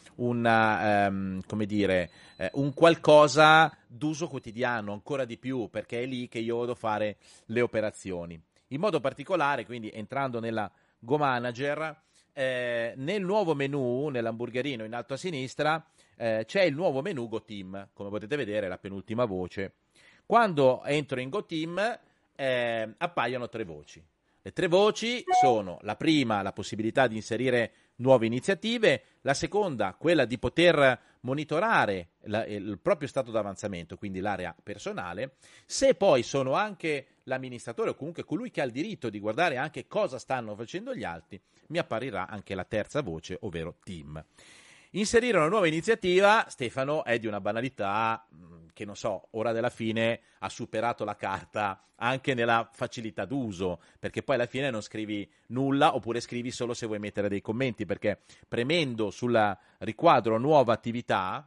come dire, un qualcosa d'uso quotidiano, ancora di più, perché è lì che io devo fare le operazioni. In modo particolare, quindi entrando nella Go Manager, nel nuovo menu, nell'hamburgerino in alto a sinistra, c'è il nuovo menu Go Team, come potete vedere, la penultima voce. Quando entro in Go Team appaiono tre voci. Le tre voci sono: la prima, la possibilità di inserire nuove iniziative; la seconda, quella di poter monitorare il proprio stato d'avanzamento, quindi l'area personale; se poi sono anche l'amministratore o comunque colui che ha il diritto di guardare anche cosa stanno facendo gli altri, mi apparirà anche la terza voce, ovvero team. Inserire una nuova iniziativa, Stefano, è di una banalità che, non so, ora della fine ha superato la carta anche nella facilità d'uso, perché poi alla fine non scrivi nulla, oppure scrivi solo se vuoi mettere dei commenti, perché premendo sul riquadro nuova attività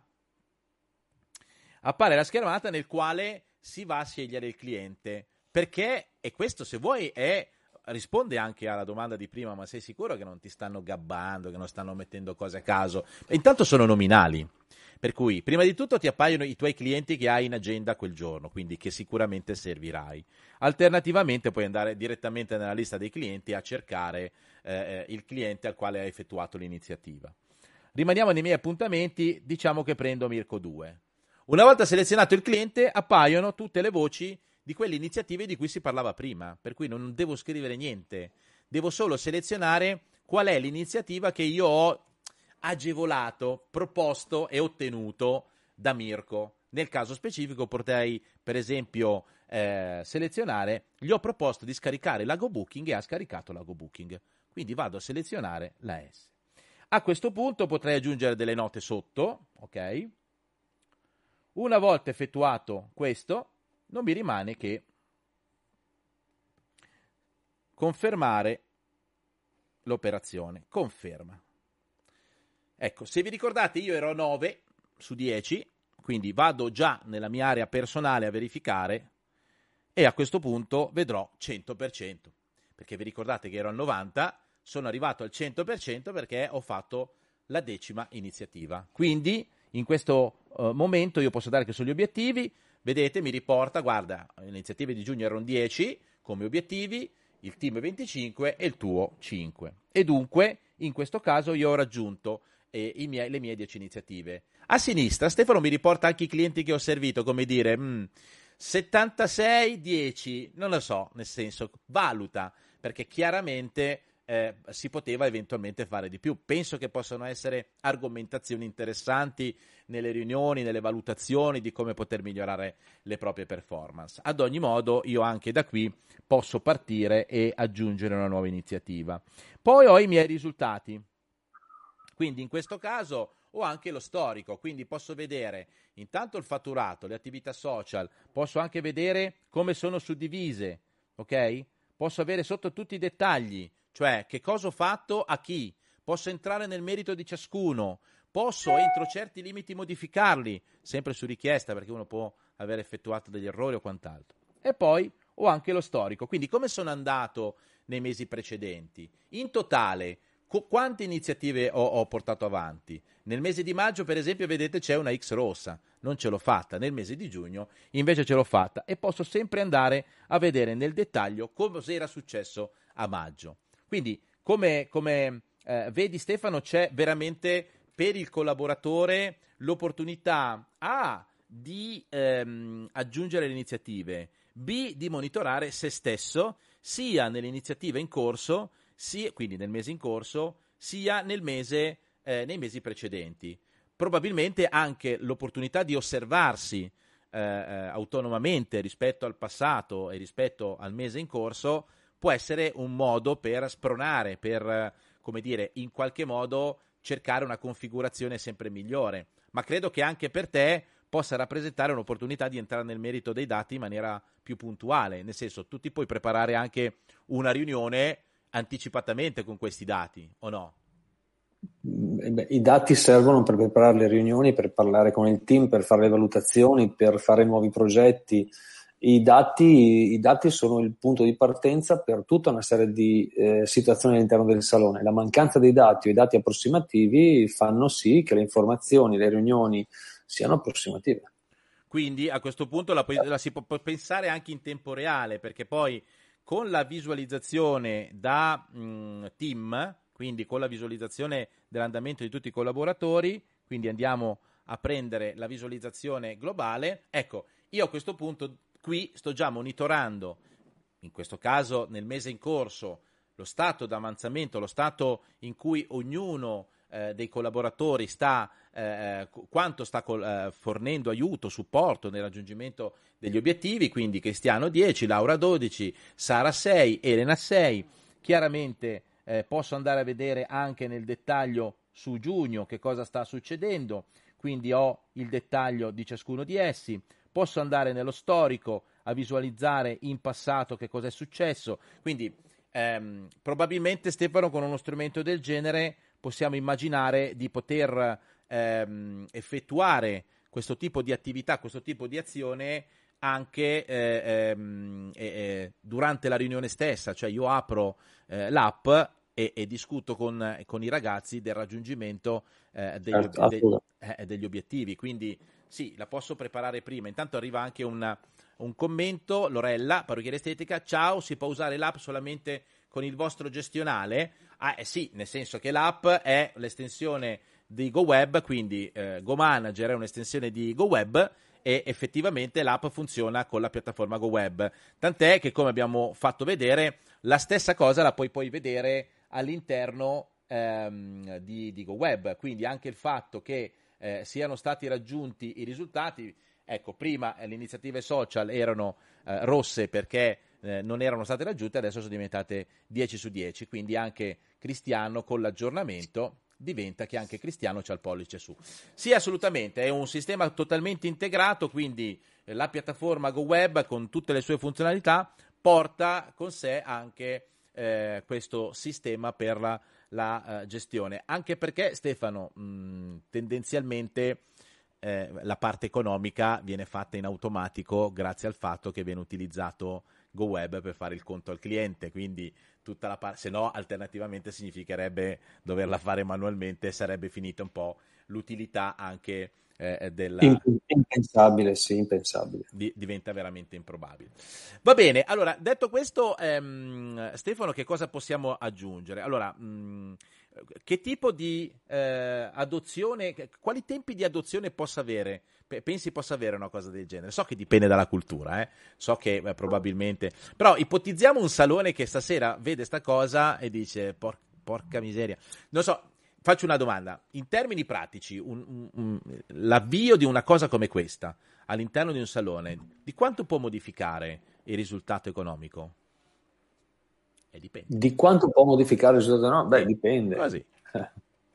appare la schermata nel quale si va a scegliere il cliente, perché, e questo se vuoi risponde anche alla domanda di prima: ma sei sicuro che non ti stanno gabbando, che non stanno mettendo cose a caso? E intanto sono nominali, per cui prima di tutto ti appaiono i tuoi clienti che hai in agenda quel giorno, quindi che sicuramente servirai. Alternativamente puoi andare direttamente nella lista dei clienti a cercare il cliente al quale hai effettuato l'iniziativa. Rimaniamo nei miei appuntamenti, diciamo che prendo Mirko 2. Una volta selezionato il cliente, appaiono tutte le voci di quelle iniziative di cui si parlava prima, per cui non devo scrivere niente, devo solo selezionare qual è l'iniziativa che io ho agevolato, proposto e ottenuto da Mirko. Nel caso specifico potrei, per esempio, selezionare: gli ho proposto di scaricare l'Ago Booking e ha scaricato l'Ago Booking. Quindi vado a selezionare la S. A questo punto potrei aggiungere delle note sotto, ok? Una volta effettuato questo, non mi rimane che confermare l'operazione. Conferma. Ecco, se vi ricordate, io ero 9 su 10, quindi vado già nella mia area personale a verificare e a questo punto vedrò 100%, perché vi ricordate che ero al 90, sono arrivato al 100% perché ho fatto la 10ª iniziativa. Quindi in questo momento io posso dare che sugli obiettivi, vedete, mi riporta, guarda, le iniziative di giugno erano 10 come obiettivi, il team 25 e il tuo 5. E dunque, in questo caso, io ho raggiunto le mie 10 iniziative. A sinistra, Stefano mi riporta anche i clienti che ho servito, come dire, 76, 10, non lo so, nel senso, valuta, perché chiaramente si poteva eventualmente fare di più. Penso che possano essere argomentazioni interessanti nelle riunioni, nelle valutazioni di come poter migliorare le proprie performance. Ad ogni modo, io anche da qui posso partire e aggiungere una nuova iniziativa. Poi ho i miei risultati. Quindi in questo caso o anche lo storico, quindi posso vedere intanto il fatturato, le attività social, posso anche vedere come sono suddivise, ok? Posso avere sotto tutti i dettagli, cioè che cosa ho fatto a chi, posso entrare nel merito di ciascuno, posso entro certi limiti modificarli, sempre su richiesta perché uno può aver effettuato degli errori o quant'altro. E poi ho anche lo storico, quindi come sono andato nei mesi precedenti. In totale, quante iniziative ho portato avanti? Nel mese di maggio, per esempio, vedete c'è una X rossa, non ce l'ho fatta. Nel mese di giugno invece ce l'ho fatta e posso sempre andare a vedere nel dettaglio cosa era successo a maggio. Quindi, come vedi Stefano, c'è veramente per il collaboratore l'opportunità A di aggiungere le iniziative, B di monitorare se stesso sia nell'iniziativa in corso, quindi nel mese in corso, sia nei mesi precedenti. Probabilmente anche l'opportunità di osservarsi autonomamente rispetto al passato e rispetto al mese in corso può essere un modo per spronare, per, come dire, in qualche modo cercare una configurazione sempre migliore. Ma credo che anche per te possa rappresentare un'opportunità di entrare nel merito dei dati in maniera più puntuale, nel senso tu ti puoi preparare anche una riunione anticipatamente con questi dati, o no? I dati servono per preparare le riunioni, per parlare con il team, per fare le valutazioni, per fare nuovi progetti. I dati sono il punto di partenza per tutta una serie di situazioni all'interno del salone. La mancanza dei dati o i dati approssimativi fanno sì che le informazioni, le riunioni siano approssimative. Quindi a questo punto la si può pensare anche in tempo reale, perché poi con la visualizzazione da team, quindi con la visualizzazione dell'andamento di tutti i collaboratori, quindi andiamo a prendere la visualizzazione globale, ecco, io a questo punto qui sto già monitorando, in questo caso nel mese in corso, lo stato d'avanzamento, lo stato in cui ognuno dei collaboratori quanto sta fornendo aiuto, supporto nel raggiungimento degli obiettivi, quindi Cristiano 10, Laura 12, Sara 6, Elena 6. Chiaramente posso andare a vedere anche nel dettaglio su giugno che cosa sta succedendo, quindi ho il dettaglio di ciascuno di essi, posso andare nello storico a visualizzare in passato che cosa è successo, quindi probabilmente Stefano con uno strumento del genere possiamo immaginare di poter effettuare questo tipo di attività, questo tipo di azione anche durante la riunione stessa, cioè io apro l'app e discuto con i ragazzi del raggiungimento degli obiettivi, quindi sì, la posso preparare prima. Intanto arriva anche un commento, Lorella, parrucchiera estetica, ciao, si può usare l'app solamente con il vostro gestionale? Sì, nel senso che l'app è l'estensione di GoWeb, quindi GoManager è un'estensione di GoWeb e effettivamente l'app funziona con la piattaforma GoWeb, tant'è che come abbiamo fatto vedere la stessa cosa la puoi vedere all'interno di GoWeb, quindi anche il fatto che siano stati raggiunti i risultati, ecco, prima le iniziative social erano rosse perché non erano state raggiunte, adesso sono diventate 10 su 10, quindi anche Cristiano con l'aggiornamento diventa che anche Cristiano c'ha il pollice su. Sì, assolutamente, è un sistema totalmente integrato, quindi la piattaforma GoWeb con tutte le sue funzionalità porta con sé anche questo sistema per la gestione, anche perché Stefano tendenzialmente la parte economica viene fatta in automatico grazie al fatto che viene utilizzato GoWeb per fare il conto al cliente, quindi tutta la parte, se no alternativamente significherebbe doverla fare manualmente, sarebbe finita un po' l'utilità anche Impensabile, sì, impensabile. diventa veramente improbabile. Va bene, allora detto questo, Stefano, che cosa possiamo aggiungere? Allora, che tipo di adozione, quali tempi di adozione possa avere? Pensi possa avere una cosa del genere? So che dipende dalla cultura, so che probabilmente, però ipotizziamo un salone che stasera vede sta cosa e dice porca miseria, non so. Faccio una domanda, in termini pratici, l'avvio di una cosa come questa all'interno di un salone, di quanto può modificare il risultato economico? Dipende. Di quanto può modificare il risultato? No? Beh, dipende. Così.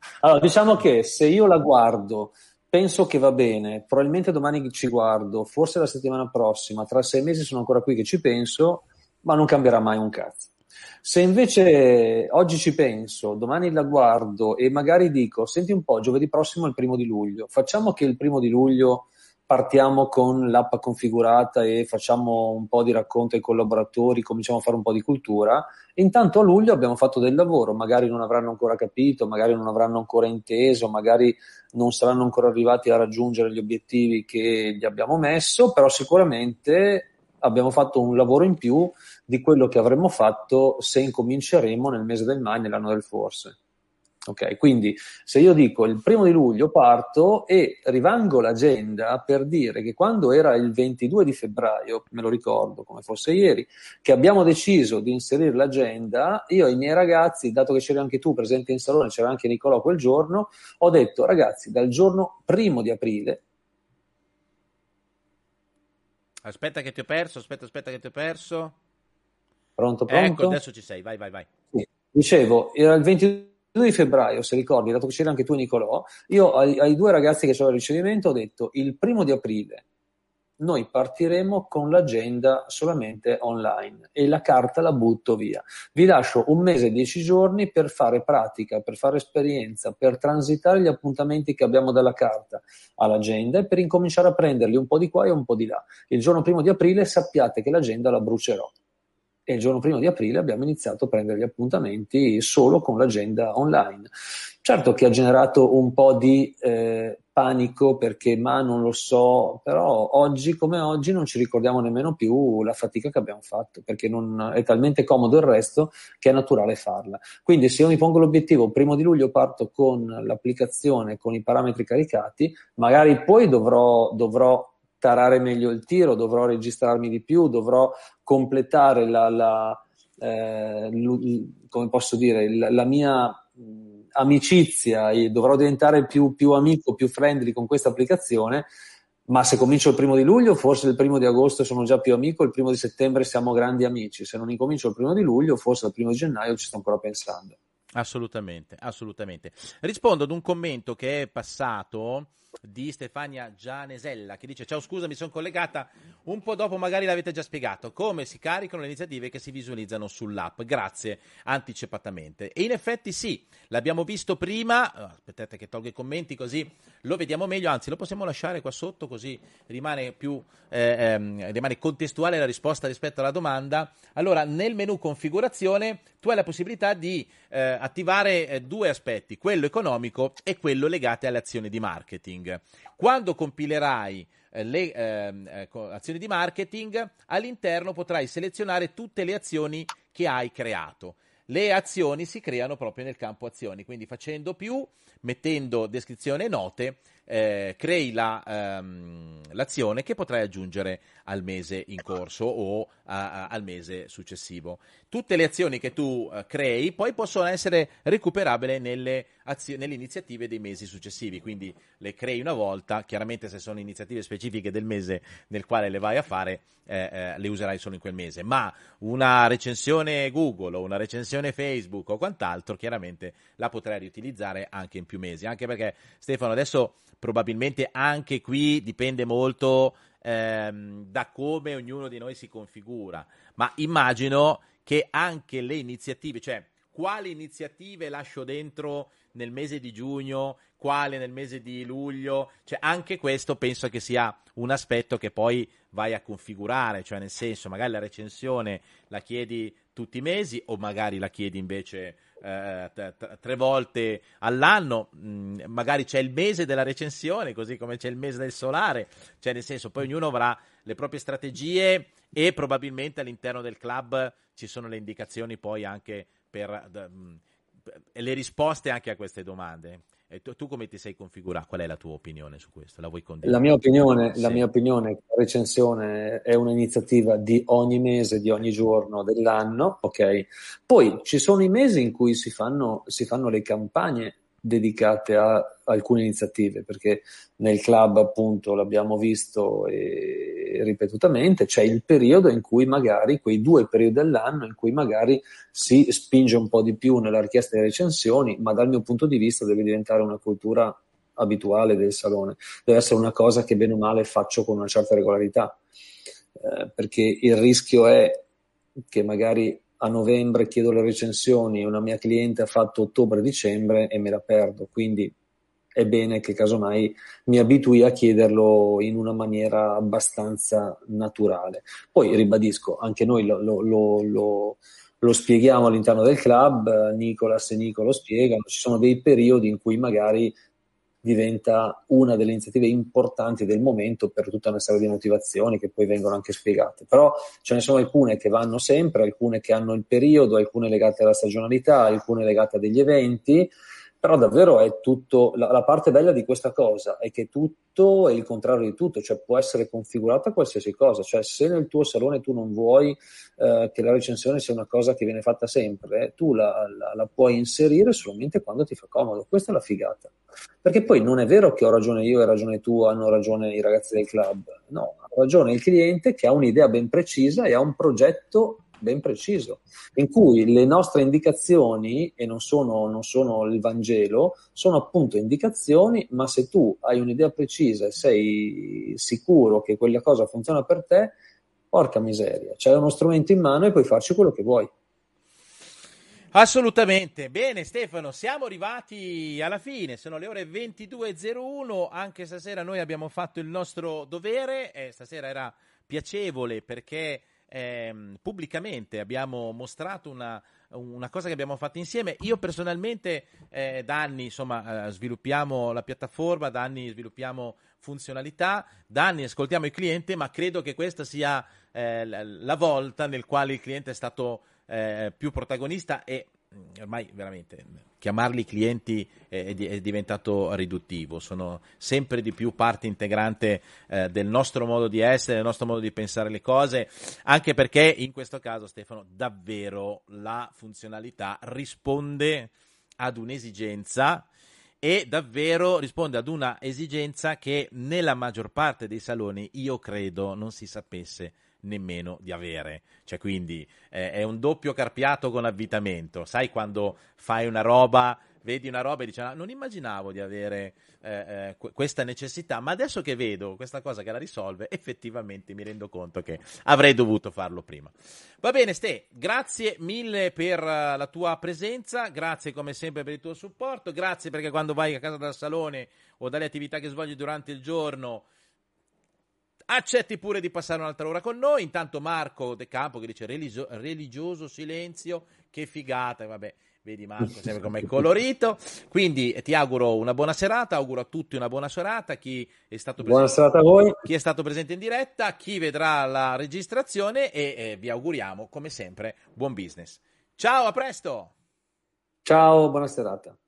Allora, diciamo che se io la guardo, penso che va bene, probabilmente domani ci guardo, forse la settimana prossima, tra 6 mesi sono ancora qui che ci penso, ma non cambierà mai un cazzo. Se invece oggi ci penso, domani la guardo e magari dico, senti un po', giovedì prossimo è il 1° luglio, facciamo che il 1° luglio partiamo con l'app configurata e facciamo un po' di racconto ai collaboratori, cominciamo a fare un po' di cultura. Intanto a luglio abbiamo fatto del lavoro, magari non avranno ancora capito, magari non avranno ancora inteso, magari non saranno ancora arrivati a raggiungere gli obiettivi che gli abbiamo messo, però sicuramente abbiamo fatto un lavoro in più di quello che avremmo fatto se incominceremo nel mese del mai, nell'anno del forse. Ok, quindi se io dico il 1° luglio parto e rivango l'agenda per dire che quando era il 22 di febbraio, me lo ricordo come fosse ieri, che abbiamo deciso di inserire l'agenda, io ai miei ragazzi, dato che c'eri anche tu presente in salone, c'era anche Nicolò quel giorno, ho detto ragazzi, dal giorno 1° di aprile. Aspetta che ti ho perso, aspetta che ti ho perso. Pronto, Ecco, pronto? adesso ci sei, vai, vai, vai. Sì. Dicevo, era il 22 di febbraio, se ricordi, dato che c'era anche tu Nicolò, io ai due ragazzi che c'erano al ricevimento ho detto il 1° di aprile noi partiremo con l'agenda solamente online e la carta la butto via. Vi lascio 1 mese e 10 giorni per fare pratica, per fare esperienza, per transitare gli appuntamenti che abbiamo dalla carta all'agenda e per incominciare a prenderli un po' di qua e un po' di là. Il giorno 1° di aprile sappiate che l'agenda la brucerò. E il giorno 1° di aprile abbiamo iniziato a prendere gli appuntamenti solo con l'agenda online. Certo che ha generato un po' di panico perché ma non lo so, però oggi come oggi non ci ricordiamo nemmeno più la fatica che abbiamo fatto, perché non, è talmente comodo il resto che è naturale farla. Quindi se io mi pongo l'obiettivo 1° di luglio parto con l'applicazione, con i parametri caricati, magari poi dovrò tarare meglio il tiro, dovrò registrarmi di più, dovrò completare come posso dire, la mia amicizia e dovrò diventare più amico, più friendly con questa applicazione. Ma se comincio il 1° di luglio, forse il 1° di agosto sono già più amico, il 1° di settembre siamo grandi amici. Se non incomincio il 1° di luglio, forse il 1° di gennaio ci sto ancora pensando. Assolutamente, assolutamente. Rispondo ad un commento che è passato di Stefania Gianesella che dice: ciao, scusa, mi sono collegata un po' dopo, magari l'avete già spiegato come si caricano le iniziative che si visualizzano sull'app. Grazie anticipatamente. E in effetti sì, l'abbiamo visto prima. Aspettate che tolgo i commenti così lo vediamo meglio, anzi lo possiamo lasciare qua sotto così rimane più rimane contestuale la risposta rispetto alla domanda. Allora, nel menu configurazione tu hai la possibilità di attivare due aspetti, quello economico e quello legato alle azioni di marketing. Quando compilerai le azioni di marketing, all'interno potrai selezionare tutte le azioni che hai creato. Le azioni si creano proprio nel campo azioni, quindi facendo più, mettendo descrizione e note, crei l'azione che potrai aggiungere al mese in corso o al mese successivo. Tutte le azioni che tu crei poi possono essere recuperabili nelle iniziative dei mesi successivi, quindi le crei una volta, chiaramente se sono iniziative specifiche del mese nel quale le vai a fare, le userai solo in quel mese, ma una recensione Google o una recensione Facebook o quant'altro chiaramente la potrai riutilizzare anche in più mesi, anche perché Stefano adesso probabilmente anche qui dipende molto da come ognuno di noi si configura, ma immagino che anche le iniziative, cioè quali iniziative lascio dentro nel mese di giugno, quale nel mese di luglio, cioè anche questo penso che sia un aspetto che poi vai a configurare, cioè nel senso magari la recensione la chiedi tutti i mesi o magari la chiedi invece 3 volte all'anno, magari c'è il mese della recensione così come c'è il mese del solare, cioè nel senso poi ognuno avrà le proprie strategie e probabilmente all'interno del club ci sono le indicazioni poi anche per le risposte anche a queste domande. E tu come ti sei configurato? Qual è la tua opinione su questo? La vuoi La condividere? mia opinione, la Sì. mia opinione è che la recensione è un'iniziativa di ogni mese, di ogni giorno dell'anno, ok? Poi ci sono i mesi in cui si fanno le campagne dedicate a alcune iniziative, perché nel club appunto l'abbiamo visto ripetutamente, c'è il periodo in cui magari, quei 2 periodi dell'anno in cui magari si spinge un po' di più nella richiesta di recensioni, ma dal mio punto di vista deve diventare una cultura abituale del salone, deve essere una cosa che bene o male faccio con una certa regolarità, perché il rischio è che magari a novembre chiedo le recensioni e una mia cliente ha fatto ottobre-dicembre e me la perdo, quindi è bene che casomai mi abitui a chiederlo in una maniera abbastanza naturale. Poi ribadisco, anche noi lo spieghiamo all'interno del club, Nicolas e Nico lo spiegano, ci sono dei periodi in cui magari diventa una delle iniziative importanti del momento per tutta una serie di motivazioni che poi vengono anche spiegate, però ce ne sono alcune che vanno sempre, alcune che hanno il periodo, alcune legate alla stagionalità, alcune legate a degli eventi, però davvero è tutto, la parte bella di questa cosa è che tutto è il contrario di tutto, cioè può essere configurata qualsiasi cosa, cioè se nel tuo salone tu non vuoi che la recensione sia una cosa che viene fatta sempre, tu la puoi inserire solamente quando ti fa comodo, questa è la figata, perché poi non è vero che ho ragione io e ragione tu, hanno ragione i ragazzi del club, no, ha ragione il cliente che ha un'idea ben precisa e ha un progetto ben preciso, in cui le nostre indicazioni, e non sono il Vangelo, sono appunto indicazioni, ma se tu hai un'idea precisa e sei sicuro che quella cosa funziona per te, porca miseria, c'hai uno strumento in mano e puoi farci quello che vuoi. Assolutamente. Bene Stefano, siamo arrivati alla fine, sono le ore 22:01, anche stasera noi abbiamo fatto il nostro dovere, stasera era piacevole perché pubblicamente abbiamo mostrato una cosa che abbiamo fatto insieme. Io personalmente da anni insomma sviluppiamo la piattaforma, da anni sviluppiamo funzionalità, da anni ascoltiamo il cliente, ma credo che questa sia la volta nel quale il cliente è stato più protagonista e ormai veramente chiamarli clienti è diventato riduttivo, sono sempre di più parte integrante del nostro modo di essere, del nostro modo di pensare le cose, anche perché in questo caso Stefano davvero la funzionalità risponde ad un'esigenza e davvero risponde ad una esigenza che nella maggior parte dei saloni io credo non si sapesse nemmeno di avere, cioè quindi è un doppio carpiato con avvitamento, sai quando fai una roba, vedi una roba e dici non immaginavo di avere questa necessità, ma adesso che vedo questa cosa che la risolve effettivamente mi rendo conto che avrei dovuto farlo prima. Va bene Ste, grazie mille per la tua presenza, grazie come sempre per il tuo supporto, grazie perché quando vai a casa dal salone o dalle attività che svolgi durante il giorno accetti pure di passare un'altra ora con noi. Intanto Marco De Campo che dice religioso silenzio, che figata, vabbè, vedi Marco sempre com'è colorito, quindi ti auguro una buona serata, auguro a tutti una buona serata, chi è stato Buona serata a voi, chi è stato presente in diretta, chi vedrà la registrazione e vi auguriamo come sempre buon business. Ciao, a presto! ciao, buona serata.